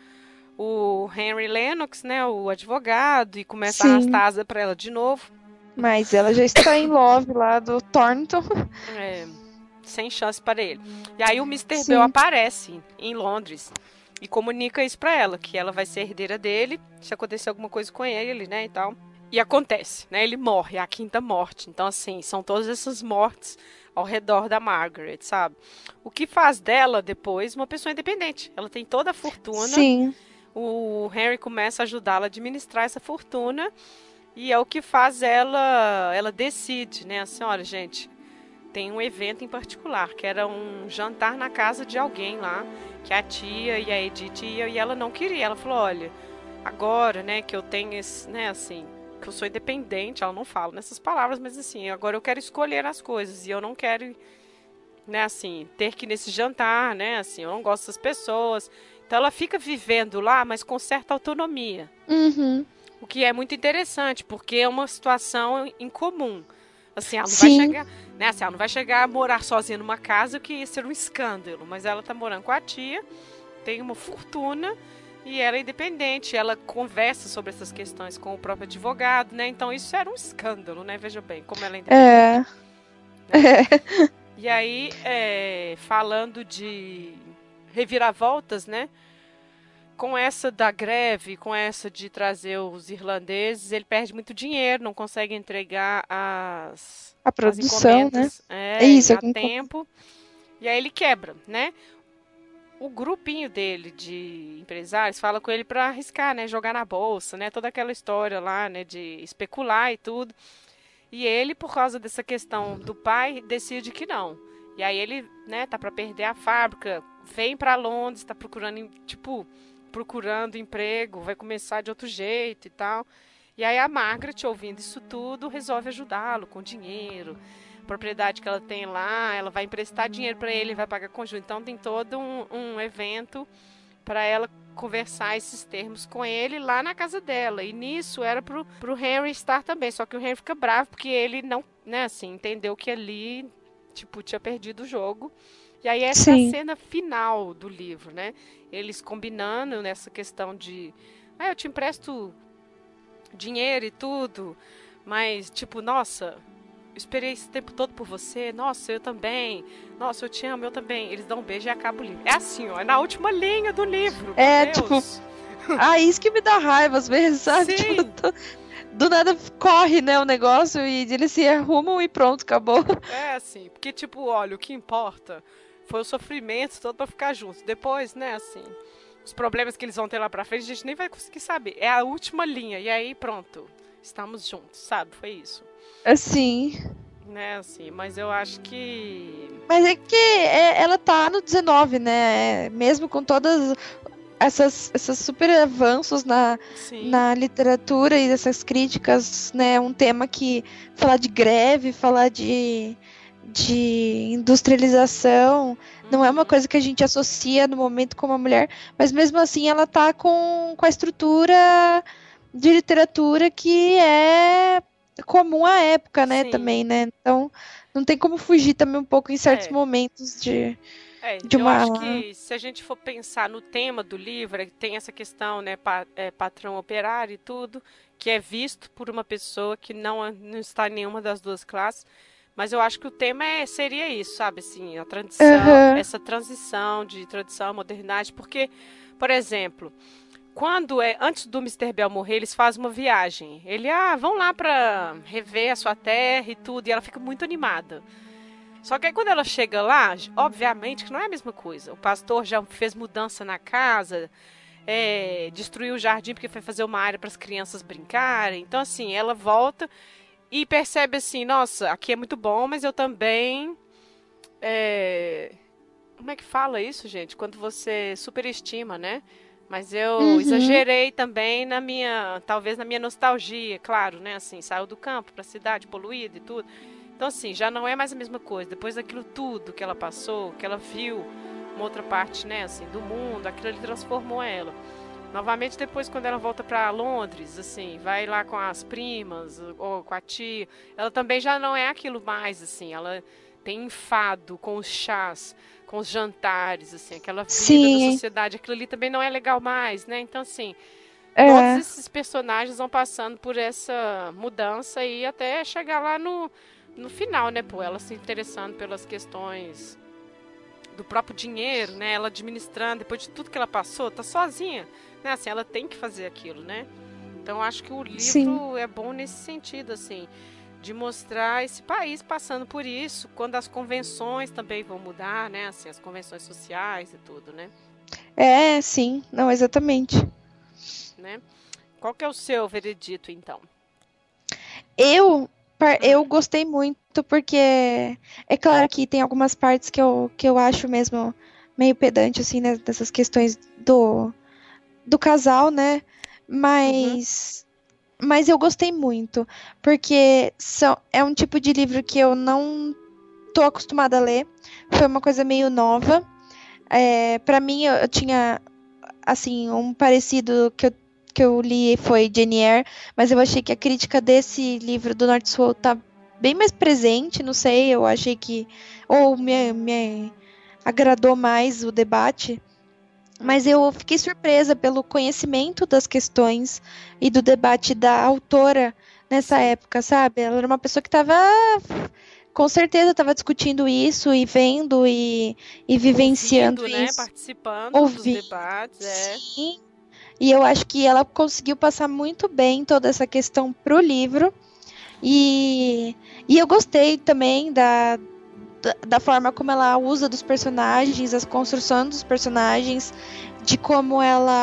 o Henry Lennox, né? O advogado, e começa a Sim. arrastar a asa para ela de novo. Mas ela já está em love lá do Thornton. É, sem chance para ele. E aí o Mr. Bell Sim. aparece em Londres e comunica isso para ela, que ela vai ser herdeira dele se acontecer alguma coisa com ele, né, e tal. E acontece, né? Ele morre, é a quinta morte. Então, assim, são todas essas mortes ao redor da Margaret, sabe? O que faz dela, depois, uma pessoa independente. Ela tem toda a fortuna. Sim. O Henry começa a ajudá-la a administrar essa fortuna. E é o que faz ela decide, né? Assim, olha, gente, tem um evento em particular, que era um jantar na casa de alguém lá, que a tia e a Edith iam, e ela não queria. Ela falou, olha, agora, né, que eu tenho esse, né, assim, que eu sou independente, ela não fala nessas palavras, mas assim, agora eu quero escolher as coisas, e eu não quero, né, assim, ter que ir nesse jantar, né, assim, eu não gosto dessas pessoas. Então ela fica vivendo lá, mas com certa autonomia. Uhum. O que é muito interessante, porque é uma situação incomum. Assim, ela não vai Sim. chegar, né? Assim, ela não vai chegar a morar sozinha numa casa, o que ia ser um escândalo. Mas ela tá morando com a tia, tem uma fortuna e ela é independente. Ela conversa sobre essas questões com o próprio advogado, né? Então isso era um escândalo, né? Veja bem, como ela é independente. Né? E aí, falando de reviravoltas, né? Com essa da greve, com essa de trazer os irlandeses, ele perde muito dinheiro, não consegue entregar A as produção, né? encomendas É isso, a tempo. E aí ele quebra, né? O grupinho dele de empresários fala com ele para arriscar, né? Jogar na bolsa, né? Toda aquela história lá, né? De especular e tudo. E ele, por causa dessa questão do pai, decide que não. E aí ele, né? Tá para perder a fábrica, vem para Londres, tá procurando emprego, vai começar de outro jeito e tal. E aí a Margaret, ouvindo isso tudo, resolve ajudá-lo com dinheiro. A propriedade que ela tem lá, ela vai emprestar dinheiro para ele, vai pagar conjunto. Então tem todo um evento para ela conversar esses termos com ele lá na casa dela. E nisso era pro Henry estar também. Só que o Henry fica bravo porque ele não, né, assim, entendeu que ali, tinha perdido o jogo. E aí essa é a cena final do livro, né? Eles combinando nessa questão de... eu te empresto dinheiro e tudo, mas, nossa, eu esperei esse tempo todo por você, nossa, eu também, nossa, eu te amo, eu também. Eles dão um beijo e acaba o livro. É assim, ó, é na última linha do livro, meu Deus. Isso que me dá raiva às vezes, sabe? Sim. Do nada corre, né, o negócio e eles se arrumam e pronto, acabou. É assim, porque, olha, o que importa foi o sofrimento todo pra ficar juntos. Depois, né, assim, os problemas que eles vão ter lá pra frente, a gente nem vai conseguir saber. É a última linha, e aí pronto, estamos juntos, sabe? Foi isso. Assim. Né, assim, mas eu acho que... Mas é que ela tá no 19, né? Mesmo com todas essas super avanços na literatura e essas críticas, né? Um tema que falar de greve, falar de industrialização, não é uma coisa que a gente associa no momento com uma mulher, mas mesmo assim ela tá com a estrutura de literatura que é comum à época, né, também, né? Então, não tem como fugir também um pouco em certos momentos de eu acho que se a gente for pensar no tema do livro, tem essa questão, né, patrão operário e tudo, que é visto por uma pessoa que não está em nenhuma das duas classes. Mas eu acho que o tema seria isso, sabe? Assim, a transição, essa transição de tradição à modernidade. Porque, por exemplo, antes do Mr. Bell morrer, eles fazem uma viagem. Ele, vão lá para rever a sua terra e tudo. E ela fica muito animada. Só que aí quando ela chega lá, obviamente que não é a mesma coisa. O pastor já fez mudança na casa, destruiu o jardim porque foi fazer uma área para as crianças brincarem. Então, assim, ela volta... E percebe assim, nossa, aqui é muito bom, mas eu também... Como é que fala isso, gente? Quando você superestima, né? Mas eu exagerei também talvez na minha nostalgia, claro, né? Assim, saiu do campo para a cidade poluída e tudo. Então, assim, já não é mais a mesma coisa. Depois daquilo tudo que ela passou, que ela viu uma outra parte, né? Assim, do mundo, aquilo ali transformou ela. Novamente depois quando ela volta para Londres, assim, vai lá com as primas ou com a tia, ela também já não é aquilo mais, assim, ela tem enfado com os chás, com os jantares, assim, aquela vida da Sim, sociedade, aquilo ali também não é legal mais, né? Então, assim, todos é. esses personagens vão passando por essa mudança e até chegar lá no final, né, pô, ela se interessando pelas questões do próprio dinheiro, né? Ela administrando, depois de tudo que ela passou, tá sozinha, né? Assim, ela tem que fazer aquilo, né? Então acho que o Sim. livro é bom nesse sentido, assim, de mostrar esse país passando por isso, quando as convenções também vão mudar, né? Assim, as convenções sociais e tudo, né? É, sim. Não, exatamente. Né? Qual que é o seu veredito, então? Eu, eu Hum, gostei muito porque é claro que tem algumas partes que eu acho mesmo meio pedante, assim, né, dessas questões do casal, né? uhum, Mas eu gostei muito, porque é um tipo de livro que eu não tô acostumada a ler. Foi uma coisa meio nova. Para mim, eu tinha assim, um parecido que eu li foi Jane Eyre, mas eu achei que a crítica desse livro do North Soul tá bem mais presente, não sei, eu achei que. Ou me agradou mais o debate. Mas uhum. eu fiquei surpresa pelo conhecimento das questões e do debate da autora nessa Sim. época, sabe? Ela era uma pessoa que estava, com certeza, estava discutindo isso e vendo e vivenciando Ouvindo, né? isso, Participando dos ouvindo. debates, é. Sim, e eu acho que ela conseguiu passar muito bem toda essa questão pro livro. E, e eu gostei também da forma como ela usa dos personagens, as construções dos personagens, de como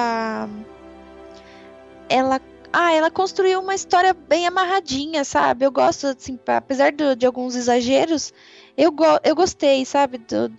ela ela construiu uma história bem amarradinha, sabe? Eu gosto, assim, apesar de alguns exageros, eu gostei, sabe?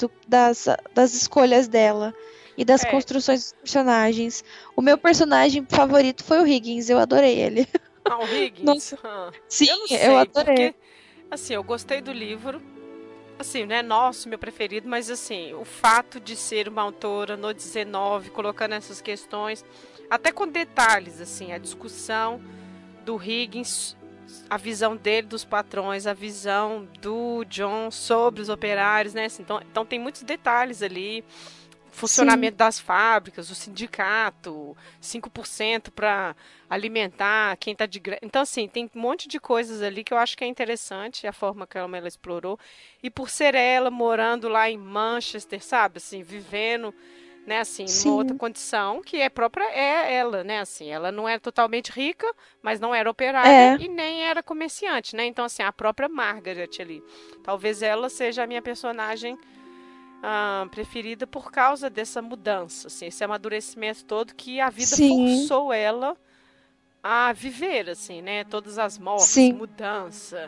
Das escolhas dela e das É, construções dos personagens. O meu personagem favorito foi o Higgins, eu adorei ele. Al Higgins? Nossa, sim, Eu não eu sei, adorei. porque, assim, eu gostei do livro, assim, não é nosso, meu preferido, mas, assim, o fato de ser uma autora no 19, colocando essas questões, até com detalhes, assim, a discussão do Higgins, a visão dele dos patrões, a visão do John sobre os operários, né? Assim, então tem muitos detalhes ali, Sim, funcionamento das fábricas, o sindicato, 5% para alimentar quem está de greve. Então, assim, tem um monte de coisas ali que eu acho que é interessante a forma como ela explorou. E por ser ela morando lá em Manchester, sabe, assim, vivendo, né, assim, numa outra sim, condição que é própria é ela, né, assim, ela não era totalmente rica, mas não era operária é, e nem era comerciante, né? Então, assim, a própria Margaret ali, talvez ela seja a minha personagem preferida por causa dessa mudança, assim, esse amadurecimento todo que a vida sim, forçou ela a viver, assim, né? Todas as mortes, sim, mudança.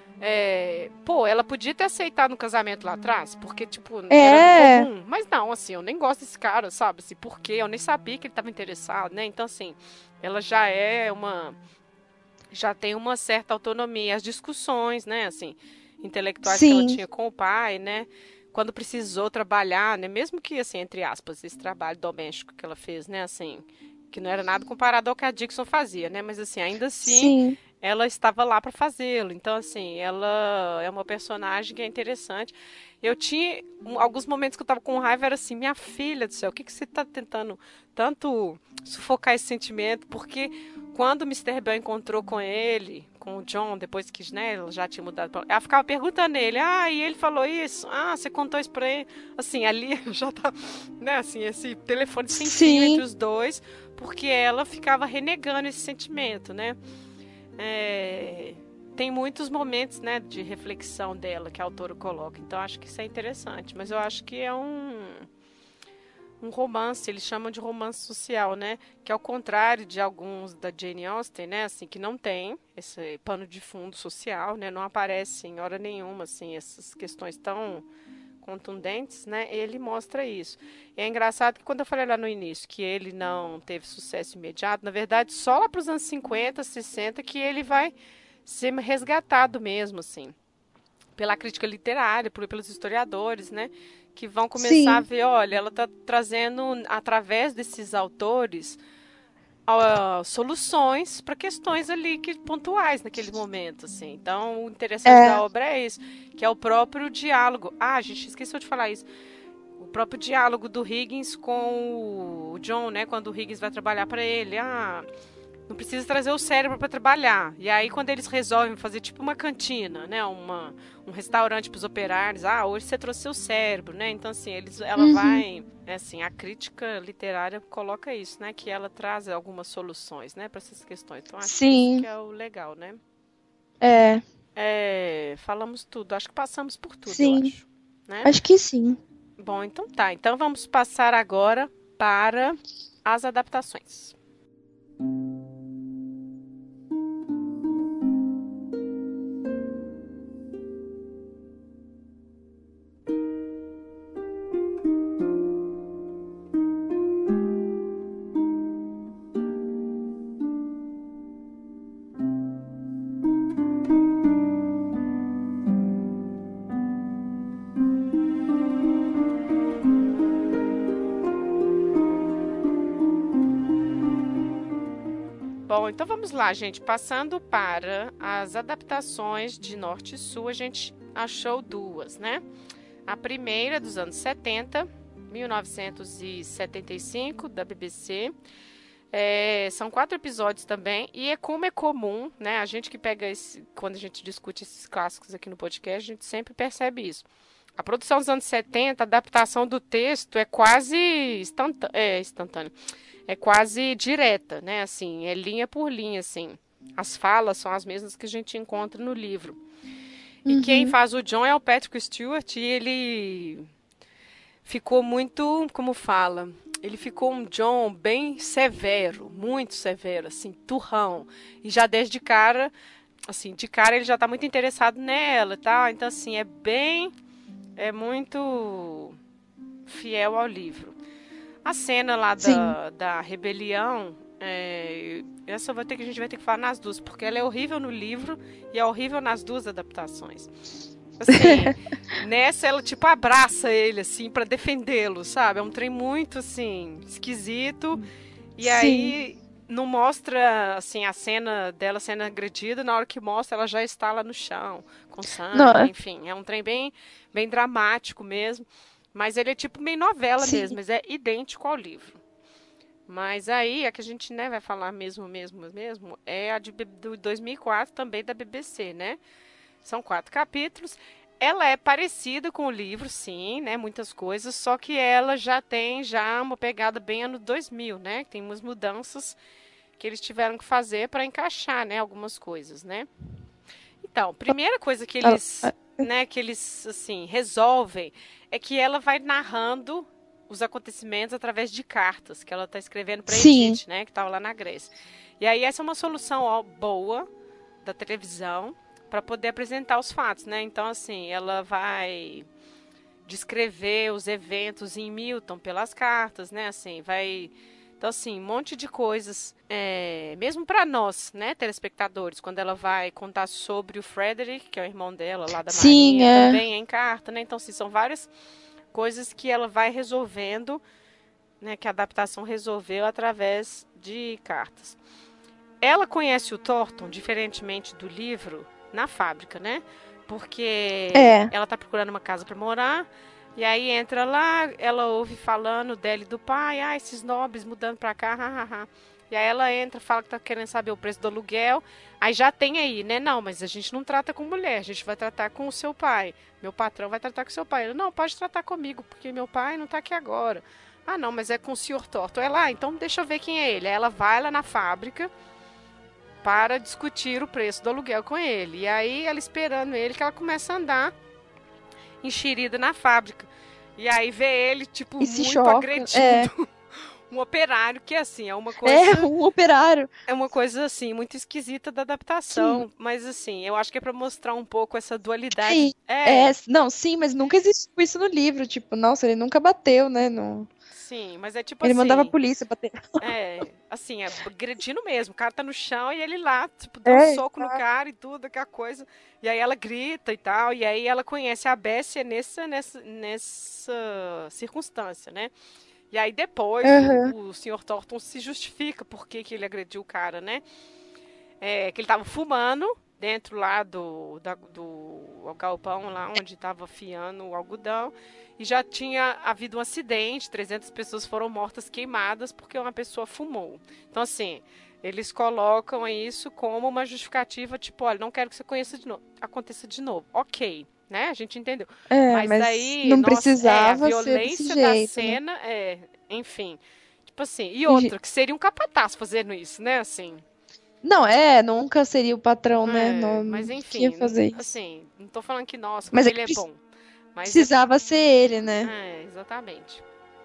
Pô, ela podia ter aceitado no casamento lá atrás, porque, tipo, era no é, comum. Mas não, assim, eu nem gosto desse cara, sabe? Assim, por quê? Eu nem sabia que ele estava interessado, né? Então, assim, ela já é uma. Já tem uma certa autonomia. As discussões, né, assim, intelectuais que ela sim, tinha com o pai, né? Quando precisou trabalhar, né? Mesmo que, assim, entre aspas, esse trabalho doméstico que ela fez, né? Assim, que não era nada comparado ao que a Dixon fazia, né? Mas, assim, ainda assim, sim, ela estava lá para fazê-lo. Então, assim, ela é uma personagem que é interessante. Eu tinha alguns momentos que eu tava com raiva, era assim, minha filha do céu, o que que você tá tentando tanto sufocar esse sentimento? Porque quando o Mister Bell encontrou com ele, com o John, depois que, né, ela já tinha mudado pra... Ela ficava perguntando a ele, e ele falou isso? Ah, você contou isso pra ele? Assim, ali já tá, né, assim, esse telefone sem fio entre sim, os dois, porque ela ficava renegando esse sentimento, né? É, tem muitos momentos, né, de reflexão dela que a autora coloca. Então acho que isso é interessante. Mas eu acho que é um romance, eles chamam de romance social, né? Que ao contrário de alguns da Jane Austen, né, assim, que não tem esse pano de fundo social, né? Não aparece em hora nenhuma, assim, essas questões tão contundentes, né? Ele mostra isso. E é engraçado que quando eu falei lá no início que ele não teve sucesso imediato, na verdade, só lá para os anos 50, 60 que ele vai ser resgatado mesmo, assim, pela crítica literária, pelos historiadores, né? Que vão começar a sim, ver, olha, ela está trazendo, através desses autores, soluções para questões ali pontuais naquele momento, assim. Então, o interessante da obra é isso, que é o próprio diálogo. Ah, gente, esqueceu de falar isso. O próprio diálogo do Higgins com o John, né? Quando o Higgins vai trabalhar para ele. Ah, não precisa trazer o cérebro para trabalhar. E aí, quando eles resolvem fazer tipo uma cantina, né? Um restaurante para os operários. Ah, hoje você trouxe seu cérebro, né? Então, assim, ela vai... Assim, a crítica literária coloca isso, né? Que ela traz algumas soluções, né? Para essas questões. Então, acho que isso que é o legal, né? Falamos tudo. Acho que passamos por tudo, eu acho. Né? Acho que sim. Bom, então tá. Então, vamos passar agora para as adaptações. Bom, então vamos lá, gente. Passando para as adaptações de Norte e Sul, a gente achou duas, né? A primeira dos anos 70, 1975, da BBC. São 4 episódios também, e como é comum, né? A gente que pega quando a gente discute esses clássicos aqui no podcast, a gente sempre percebe isso. A produção dos anos 70, a adaptação do texto é quase instantânea. É quase direta, né? Assim, é linha por linha, assim. As falas são as mesmas que a gente encontra no livro. E quem faz o John é o Patrick Stewart, e ele ficou muito, como fala, ele ficou um John bem severo, muito severo, assim, turrão. E já desde cara, assim, de cara ele já tá muito interessado nela e tal. Então, assim, é muito fiel ao livro. A cena lá da rebelião, essa a gente vai ter que falar nas duas, porque ela é horrível no livro e é horrível nas duas adaptações. Assim, nessa ela tipo abraça ele assim para defendê-lo, sabe? É um trem muito assim esquisito. E aí não mostra assim a cena dela sendo agredida, na hora que mostra ela já está lá no chão com sangue, enfim, é um trem bem dramático mesmo. Mas ele é tipo meio novela mesmo, mas é idêntico ao livro. Mas aí, a que a gente, né, vai falar mesmo, é a de 2004, também da BBC, né? São 4 capítulos. Ela é parecida com o livro, sim, né? Muitas coisas, só que ela já tem uma pegada bem ano 2000, né? Tem umas mudanças que eles tiveram que fazer para encaixar, né, algumas coisas, né? Então, primeira coisa que eles assim, resolvem é que ela vai narrando os acontecimentos através de cartas que ela está escrevendo para Edith, né, que estava lá na Grécia. E aí essa é uma solução boa da televisão para poder apresentar os fatos, né? Então, assim, ela vai descrever os eventos em Milton pelas cartas, né? Assim, vai... Então, assim, um monte de coisas, mesmo para nós, né, telespectadores, quando ela vai contar sobre o Frederick, que é o irmão dela, lá da Marinha, também é em carta, né? Então, assim, são várias coisas que ela vai resolvendo, né, que a adaptação resolveu através de cartas. Ela conhece o Thornton, diferentemente do livro, na fábrica, né? Porque ela tá procurando uma casa para morar. E aí entra lá, ela ouve falando dela e do pai, esses nobres mudando pra cá, hahaha. E aí ela entra, fala que tá querendo saber o preço do aluguel. Aí já tem aí, né? Não, mas a gente não trata com mulher, a gente vai tratar com o seu pai. Meu patrão vai tratar com o seu pai. Ele, não, pode tratar comigo, porque meu pai não tá aqui agora. Ah, não, mas é com o senhor Thornton. Ela, então deixa eu ver quem é ele. Aí ela vai lá na fábrica para discutir o preço do aluguel com ele. E aí ela esperando ele, que ela começa a andar enxerida na fábrica. E aí vê ele, tipo, muito agredindo um operário, que assim, é uma coisa... um operário. É uma coisa, assim, muito esquisita da adaptação. Mas, assim, eu acho que é pra mostrar um pouco essa dualidade. Não, sim, mas nunca existiu isso no livro. Tipo, nossa, ele nunca bateu, né? Sim, mas é tipo ele assim... Ele mandava a polícia bater. Assim, agredindo mesmo. O cara tá no chão e ele lá, tipo, dá um soco no cara e tudo, aquela coisa. E aí ela grita e tal. E aí ela conhece a Bessie nessa circunstância, né? E aí depois Aham. o Sr. Thornton se justifica por que ele agrediu o cara, né? Que ele tava fumando dentro lá do galpão, lá onde tava afiando o algodão. E já tinha havido um acidente, 300 pessoas foram mortas queimadas porque uma pessoa fumou. Então, assim, eles colocam isso como uma justificativa, tipo, olha, não quero que isso aconteça de novo. Ok, né? A gente entendeu. É, Mas mas daí, não nossa, a precisava ser desse violência da jeito, né? cena enfim. Tipo assim, e E- outra, que seria um capataz fazendo isso, né? Assim, Não, nunca seria o patrão, né? Não mas que ia enfim, fazer isso. assim, não tô falando que, nossa, Mas como é ele que é bom. Mas precisava ser ele, né? exatamente.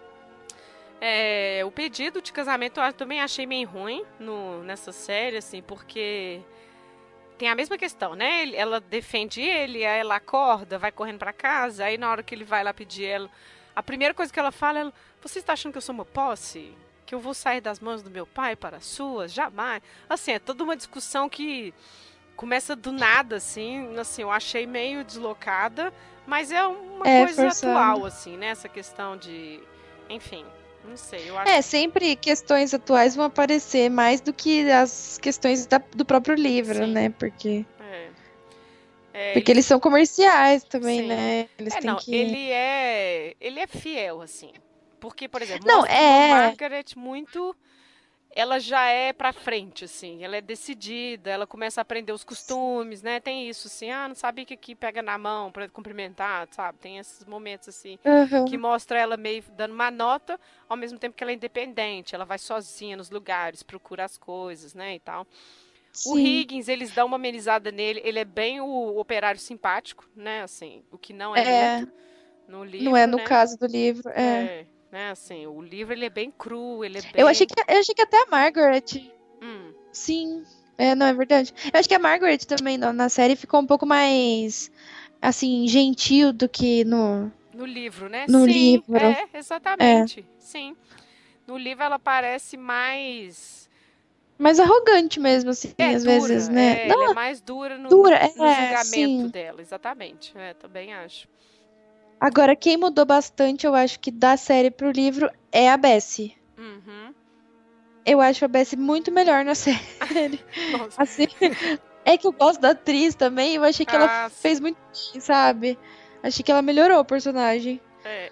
O pedido de casamento eu também achei meio ruim nessa série, assim, porque tem a mesma questão, né? Ela defende ele, aí ela acorda, vai correndo pra casa, aí na hora que ele vai lá pedir ela, a primeira coisa que ela fala é: você está achando que eu sou uma posse? Que eu vou sair das mãos do meu pai para as suas? Jamais. Assim, é toda uma discussão que começa do nada, assim, eu achei meio deslocada, mas é uma É, coisa forçado. atual, assim, né? Essa questão de, enfim, não sei, eu acho. Sempre questões atuais vão aparecer mais do que as questões do próprio livro, Sim, né? Porque, é. porque Eles, eles são comerciais também, sim. né? Eles têm Não, que. ele é fiel, assim. Porque, por exemplo, Não, mostra uma é. Margaret muito, ela já é pra frente, assim, ela é decidida, ela começa a aprender os costumes, né? Tem isso, assim, não sabia que aqui pega na mão pra cumprimentar, sabe? Tem esses momentos, assim, que Aham. mostra ela meio dando uma nota, ao mesmo tempo que ela é independente, ela vai sozinha nos lugares, procura as coisas, né, e tal. O Sim. Higgins, eles dão uma amenizada nele, ele é bem o operário simpático, né, assim, o que não é É. muito no Não é livro, no né? caso do livro. É. Né, assim, o livro ele é bem cru, ele é Eu bem. achei que até a Margaret. Hum, Sim. Não, é verdade. Eu acho que a Margaret também na série ficou um pouco mais, assim, gentil do que no livro, né? no Sim, livro. É. exatamente. Sim. No livro ela parece mais. Mais arrogante mesmo, assim, É às vezes, dura, né? ela é Não, mais dura dura, no julgamento sim. dela, exatamente. Também acho. Agora, quem mudou bastante, eu acho que da série pro livro é a Bessie. Uhum. Eu acho a Bessie muito melhor na série. Nossa. Assim, é que eu gosto da atriz também, eu achei que ela fez Sim. muito bem, sabe? Achei que ela melhorou o personagem. É,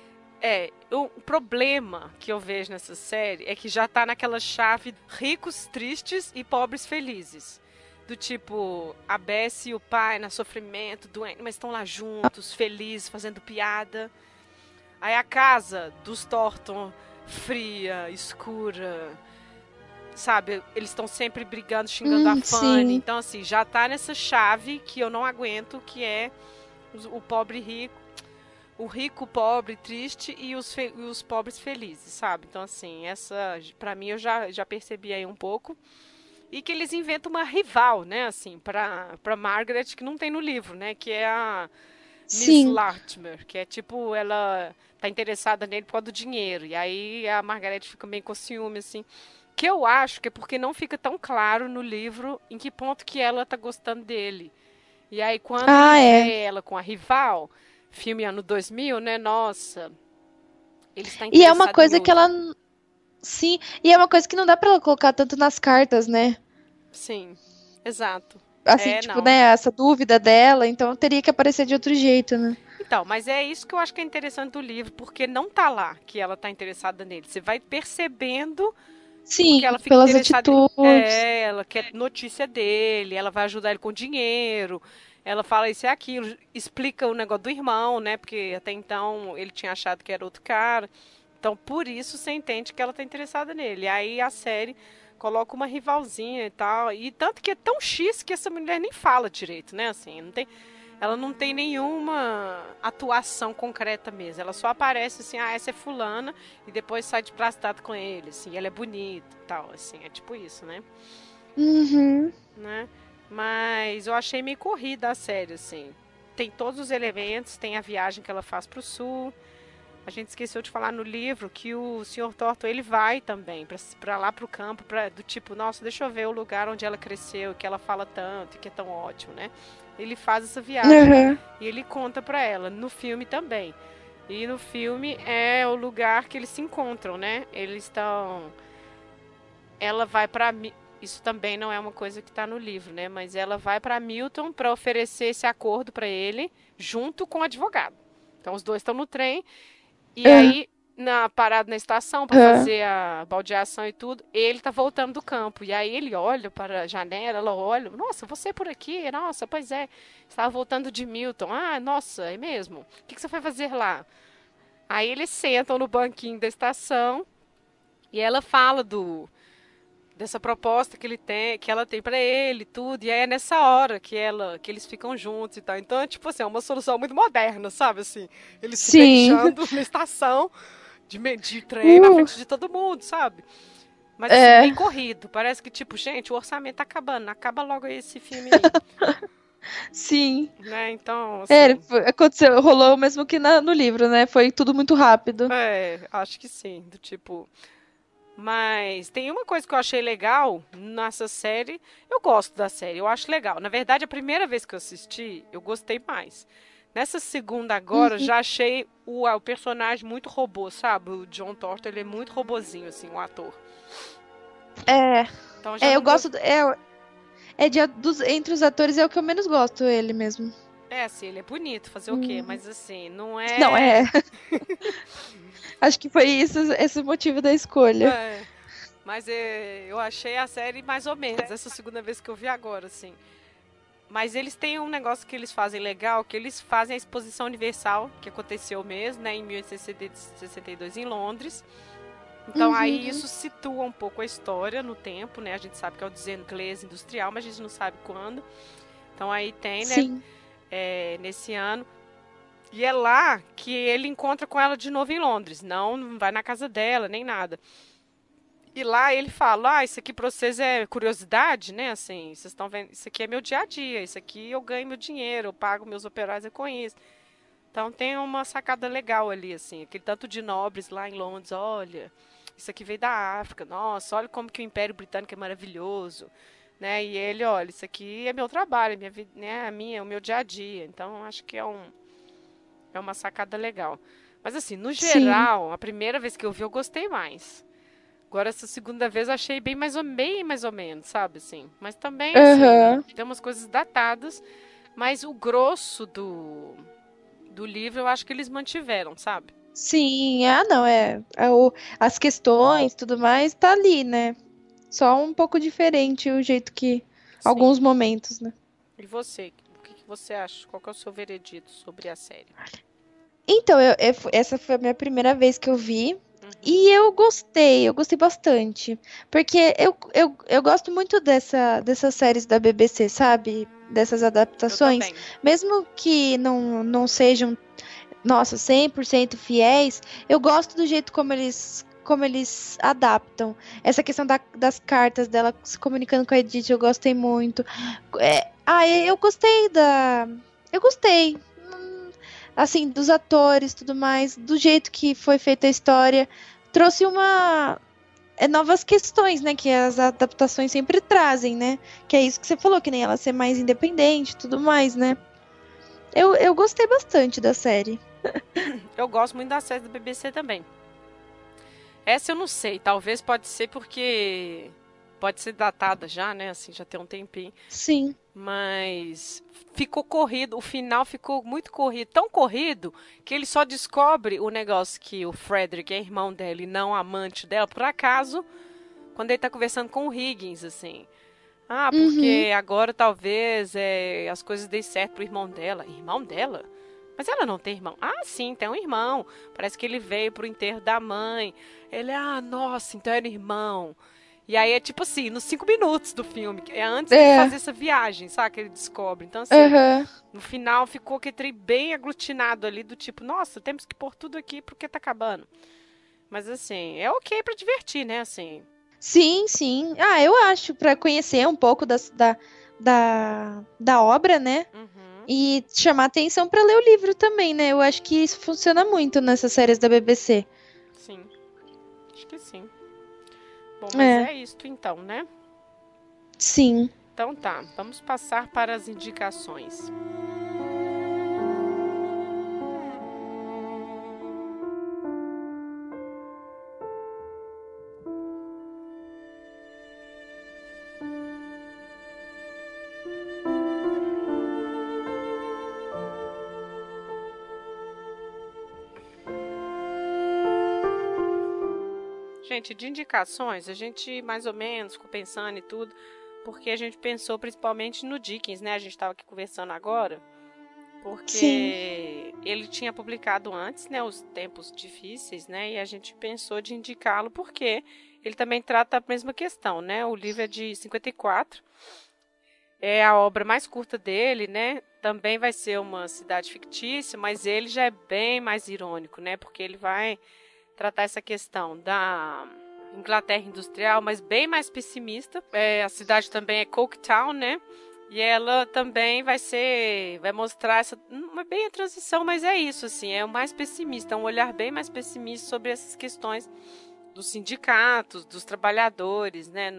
o problema que eu vejo nessa série é que já tá naquela chave ricos tristes e pobres felizes. Do tipo, a Bessie e o pai na sofrimento, doente, mas estão lá juntos, felizes, fazendo piada. Aí a casa dos Thornton, fria, escura, sabe? Eles estão sempre brigando, xingando a Fanny. Sim. Então, assim, já tá nessa chave que eu não aguento, que é o pobre rico, o rico, pobre, triste e os pobres felizes, sabe? Então, assim, pra mim, eu já percebi aí um pouco. E que eles inventam uma rival, né, assim, pra Margaret, que não tem no livro, né? Que é a Miss Sim. Latimer, que é tipo, ela tá interessada nele por causa do dinheiro. E aí a Margaret fica meio com ciúme, assim. Que eu acho que é porque não fica tão claro no livro em que ponto que ela tá gostando dele. E aí quando ele Ah, é. vê ela com a rival, filme ano 2000, né? Nossa, ele está E é uma interessado em coisa que outra. ela. Sim, e é uma coisa que não dá pra ela colocar tanto nas cartas, né? Sim, exato. Assim, tipo, Não. né, essa dúvida dela, então teria que aparecer de outro jeito, né? Então, mas é isso que eu acho que é interessante do livro, porque não tá lá que ela tá interessada nele. Você vai percebendo porque Sim, ela fica pelas interessada. atitudes. Ela quer notícia dele, ela vai ajudar ele com dinheiro. Ela fala isso e aquilo, explica o negócio do irmão, né? Porque até então ele tinha achado que era outro cara. Então, por isso você entende que ela tá interessada nele. Aí a série coloca uma rivalzinha e tal. E tanto que é tão X que essa mulher nem fala direito, né? Assim, ela não tem nenhuma atuação concreta mesmo. Ela só aparece assim, essa é fulana, e depois sai de braço dado com ele, assim, ela é bonita e tal, assim, é tipo isso, Uhum. né? Mas eu achei meio corrida a série, assim. Tem todos os elementos, tem a viagem que ela faz pro sul. A gente esqueceu de falar no livro que o Sr. Thornton, ele vai também pra lá pro campo, do tipo, nossa, deixa eu ver o lugar onde ela cresceu, que ela fala tanto, que é tão ótimo, né? Ele faz essa viagem Uhum. e ele conta pra ela, no filme também. E no filme é o lugar que eles se encontram, né? Eles estão. Ela vai para. Isso também não é uma coisa que está no livro, né? Mas ela vai para Milton para oferecer esse acordo para ele, junto com o advogado. Então os dois estão no trem. E aí, parado na estação para Aham. fazer a baldeação e tudo, ele tá voltando do campo. E aí ele olha para a janela, ela olha, nossa, você por aqui? Nossa, pois é. Estava voltando de Milton. Ah, nossa, é mesmo? O que você foi fazer lá? Aí eles sentam no banquinho da estação e ela fala dessa proposta que ele tem, que ela tem para ele, tudo. E aí é nessa hora que eles ficam juntos e tal. Então, é tipo assim, é uma solução muito moderna, sabe assim? Eles se Sim. beijando na estação de trem na Uh, frente de todo mundo, sabe? Mas assim, é. bem corrido. Parece que, tipo, gente, o orçamento tá acabando. Acaba logo esse filme aí. Sim. Né? Então, É, assim. aconteceu, rolou o mesmo que no livro, né? Foi tudo muito rápido. Acho que sim. Do tipo. Mas tem uma coisa que eu achei legal nessa série. Eu gosto da série, eu acho legal. Na verdade, a primeira vez que eu assisti, eu gostei mais. Nessa segunda agora, Uhum. já achei o personagem muito robô, sabe? O John Thornton, ele é muito robozinho, assim, o ator. É, Então já eu não gosto. gosto. Entre os atores é o que eu menos gosto, ele mesmo. É, assim, ele é bonito, fazer o quê? Hum, Mas assim, não Não, é. acho que foi isso, esse o motivo da escolha. É, mas eu achei a série mais ou menos, essa segunda vez que eu vi agora, assim. Mas eles têm um negócio que eles fazem legal, que eles fazem a Exposição Universal, que aconteceu mesmo, né, em 1862 em Londres. Então aí Uhum, isso situa um pouco a história no tempo, né? A gente sabe que é o desenclave industrial, mas a gente não sabe quando. Então aí tem, né, sim. nesse ano. E é lá que ele encontra com ela de novo em Londres. Não vai na casa dela, nem nada. E lá ele fala: ah, isso aqui pra vocês é curiosidade, né? Assim, vocês estão vendo, isso aqui é meu dia a dia, isso aqui eu ganho meu dinheiro, eu pago meus operários com isso. Então tem uma sacada legal ali, assim, aquele tanto de nobres lá em Londres, olha, isso aqui veio da África, nossa, olha como que o Império Britânico é maravilhoso, né? E ele, olha, isso aqui é meu trabalho, minha vida, né? O meu dia a dia. Então acho que é uma sacada legal. Mas assim, no Sim. geral, a primeira vez que eu vi eu gostei mais. Agora, essa segunda vez eu achei bem mais ou menos, sabe, assim. Mas também, assim, Aham. tem umas coisas datadas, mas o grosso do livro eu acho que eles mantiveram, sabe? Sim, não, as questões, tudo mais, tá ali, né? Só um pouco diferente o jeito que, Sim. alguns momentos, né? E você? O que você acha? Qual que é o seu veredito sobre a série? Então, essa foi a minha primeira vez que eu vi. Uhum. E eu gostei bastante. Porque eu gosto muito dessas séries da BBC, sabe? Dessas Eu adaptações. também. Mesmo que não sejam, nossa, 100% fiéis, eu gosto do jeito como eles adaptam. Essa questão das cartas dela se comunicando com a Edith, eu gostei muito. Eu gostei da. Eu gostei. Assim, dos atores, tudo mais, do jeito que foi feita a história, trouxe novas questões, né, que as adaptações sempre trazem, né? Que é isso que você falou, que nem ela ser mais independente, tudo mais, né? Eu gostei bastante da série. Eu gosto muito da série da BBC também. Essa eu não sei, talvez pode ser porque pode ser datada já, né? Assim, já tem um tempinho. Sim. Mas ficou corrido, o final ficou muito corrido, tão corrido que ele só descobre o negócio que o Frederick é irmão dela e não amante dela, por acaso, quando ele tá conversando com o Higgins, assim. Ah, Uhum. porque agora talvez as coisas dêem certo pro irmão dela. Irmão dela? Mas ela não tem irmão. Ah, sim, tem um irmão. Parece que ele veio pro enterro da mãe. Ele, nossa, então era irmão. E aí é tipo assim, nos 5 minutos do filme, é antes dele É. fazer essa viagem, sabe? Que ele descobre. Então, assim, Aham. no final ficou aquele trem bem aglutinado ali, do tipo, nossa, temos que pôr tudo aqui porque tá acabando. Mas assim, é ok pra divertir, né? Assim. Sim, sim. Eu acho, para conhecer um pouco da obra, né? Uhum, E chamar atenção para ler o livro também, né? Eu acho que isso funciona muito nessas séries da BBC. sim, acho que sim. Bom, mas É, é isto então, né? sim. Então tá, vamos passar para as indicações. gente, de indicações, a gente mais ou menos ficou pensando e tudo, porque a gente pensou principalmente no Dickens, né? A gente estava aqui conversando agora, porque Sim. ele tinha publicado antes, né, Os Tempos Difíceis, né? E a gente pensou de indicá-lo porque ele também trata a mesma questão, né? O livro é de 54, é a obra mais curta dele, né? Também vai ser uma cidade fictícia, mas ele já é bem mais irônico, né? Porque ele vai tratar essa questão da Inglaterra industrial, mas bem mais pessimista. A cidade também é Coketown, né? E ela também vai mostrar essa, não é bem a transição, mas é isso, assim, é o mais pessimista, é um olhar bem mais pessimista sobre essas questões dos sindicatos, dos trabalhadores, né,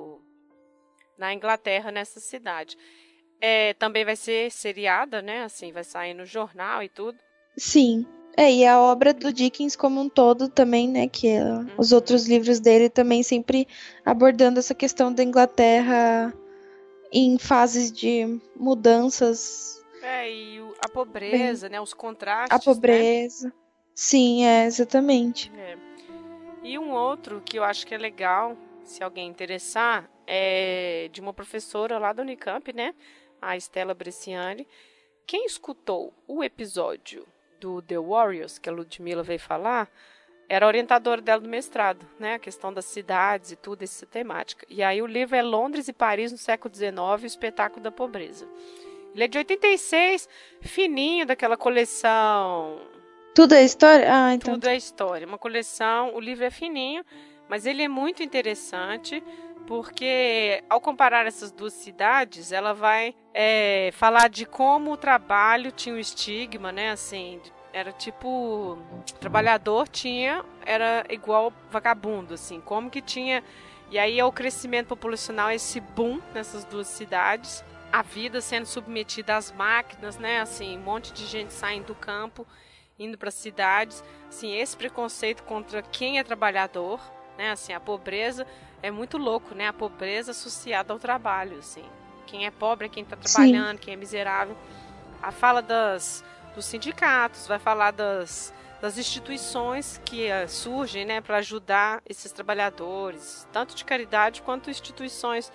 na Inglaterra, nessa cidade. Também vai ser seriada, né, assim, vai sair no jornal e tudo. Sim. E a obra do Dickens como um todo também, né? Os outros livros dele também sempre abordando essa questão da Inglaterra em fases de mudanças. E a Bem, pobreza, né, os a contrastes, né? pobreza. Sim, exatamente. E um outro que eu acho que é legal, se alguém interessar, é de uma professora lá da Unicamp, né? A Estela Bresciani. Quem escutou o episódio do The Warriors, que a Ludmilla veio falar, era a orientadora dela do mestrado, né? A questão das cidades e tudo, essa temática. E aí o livro é Londres e Paris no século XIX, o espetáculo da pobreza. Ele é de 86, fininho, daquela coleção... Tudo é história? Então. Tudo é história. Uma coleção, o livro é fininho, mas ele é muito interessante, porque ao comparar essas duas cidades, ela vai falar de como o trabalho tinha um estigma, né? Assim, era tipo, trabalhador era igual vagabundo, assim, como que tinha. E aí é o crescimento populacional, esse boom nessas duas cidades, a vida sendo submetida às máquinas, né? Assim, um monte de gente saindo do campo, indo para as cidades, assim, esse preconceito contra quem é trabalhador, né? Assim, a pobreza é muito louco, né? A pobreza associada ao trabalho, assim. Quem é pobre é quem está trabalhando, quem é miserável. A fala dos sindicatos, vai falar das instituições que surgem, né, para ajudar esses trabalhadores, tanto de caridade quanto instituições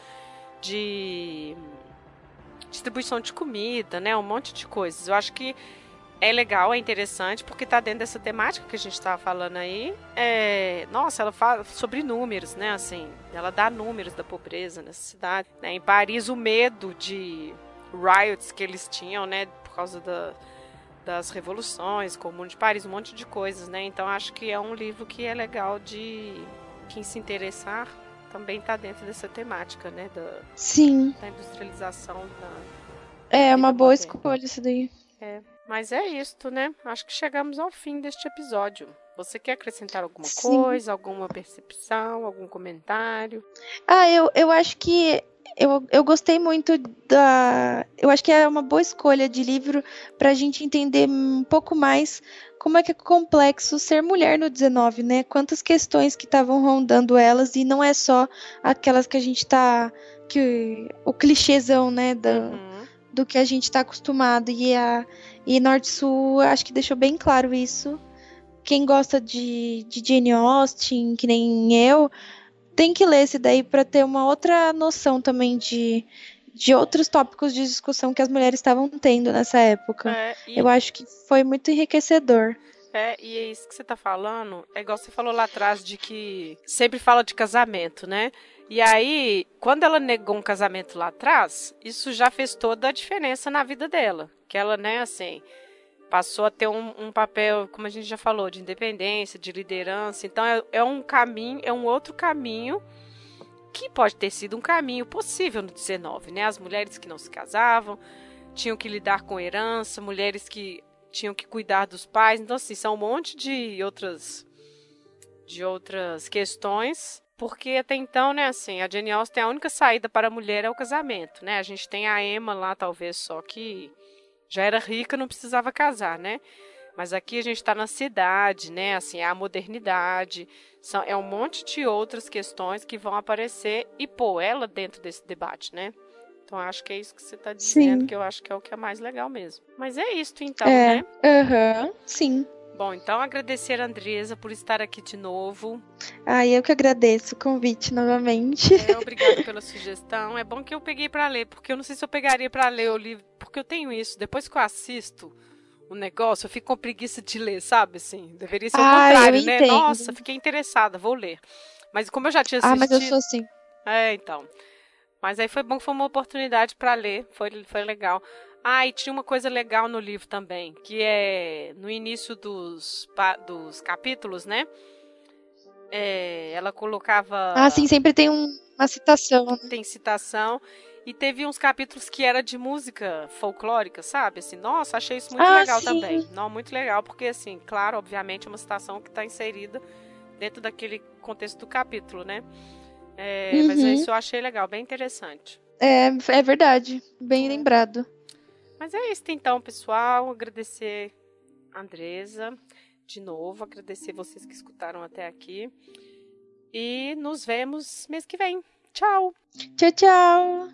de distribuição de comida, né, um monte de coisas. Eu acho que é legal, é interessante, porque está dentro dessa temática que a gente estava falando aí. Nossa, ela fala sobre números, né? Assim, ela dá números da pobreza nessa cidade. Né? Em Paris, o medo de riots que eles tinham, né? Por causa das revoluções, Comune de Paris, um monte de coisas, né? Então, acho que é um livro que é legal de quem se interessar também está dentro dessa temática, né? Da industrialização da É vida uma boa moderna. escolha isso daí. Mas é isto, né? Acho que chegamos ao fim deste episódio. Você quer acrescentar alguma coisa, alguma percepção, algum comentário? Eu acho que eu gostei muito eu acho que é uma boa escolha de livro para a gente entender um pouco mais como é que é complexo ser mulher no 19, né? Quantas questões que estavam rondando elas e não é só aquelas que a gente tá o clichêzão, né, do que a gente está acostumado. E Norte Sul, acho que deixou bem claro isso. Quem gosta de Jane Austen, que nem eu, tem que ler esse daí para ter uma outra noção também de outros tópicos de discussão que as mulheres estavam tendo nessa época. Eu acho que foi muito enriquecedor. E é isso que você tá falando, é igual você falou lá atrás de que sempre fala de casamento, né? E aí, quando ela negou um casamento lá atrás, isso já fez toda a diferença na vida dela. Que ela, né, assim, passou a ter um papel, como a gente já falou, de independência, de liderança. Então, é um caminho, é um outro caminho que pode ter sido um caminho possível no 19, né? As mulheres que não se casavam tinham que lidar com herança, mulheres que tinham que cuidar dos pais. Então, assim, são um monte de outras questões, porque até então, né, assim, a Jane Austen, a única saída para a mulher é o casamento, né? A gente tem a Emma lá, talvez, só que já era rica, não precisava casar, né? Mas aqui a gente está na cidade, né? Assim, é a modernidade, é um monte de outras questões que vão aparecer e pôr ela dentro desse debate, né? Então, acho que é isso que você está dizendo, que eu acho que é o que é mais legal mesmo. Mas é isso, então, né? Sim. Bom, então agradecer a Andresa por estar aqui de novo. Eu que agradeço o convite novamente. Obrigada pela sugestão. É bom que eu peguei para ler, porque eu não sei se eu pegaria para ler o livro, porque eu tenho isso. Depois que eu assisto o negócio, eu fico com preguiça de ler, sabe? Assim, deveria ser o contrário, eu né? entendo. Nossa, fiquei interessada, vou ler. Mas como eu já tinha assistido... mas eu sou assim. Então. Mas aí foi bom que foi uma oportunidade para ler, foi legal. E tinha uma coisa legal no livro também, que é no início dos capítulos, né? Ela colocava... sim, sempre tem uma citação. Né? Tem citação. E teve uns capítulos que era de música folclórica, sabe? Assim, nossa, achei isso muito legal sim. também. Não, muito legal, porque assim, claro, obviamente é uma citação que está inserida dentro daquele contexto do capítulo, né? Mas isso eu achei legal, bem interessante. É verdade, bem lembrado. Mas é isso então, pessoal. Agradecer a Andresa de novo, agradecer vocês que escutaram até aqui. E nos vemos mês que vem. Tchau! Tchau, tchau!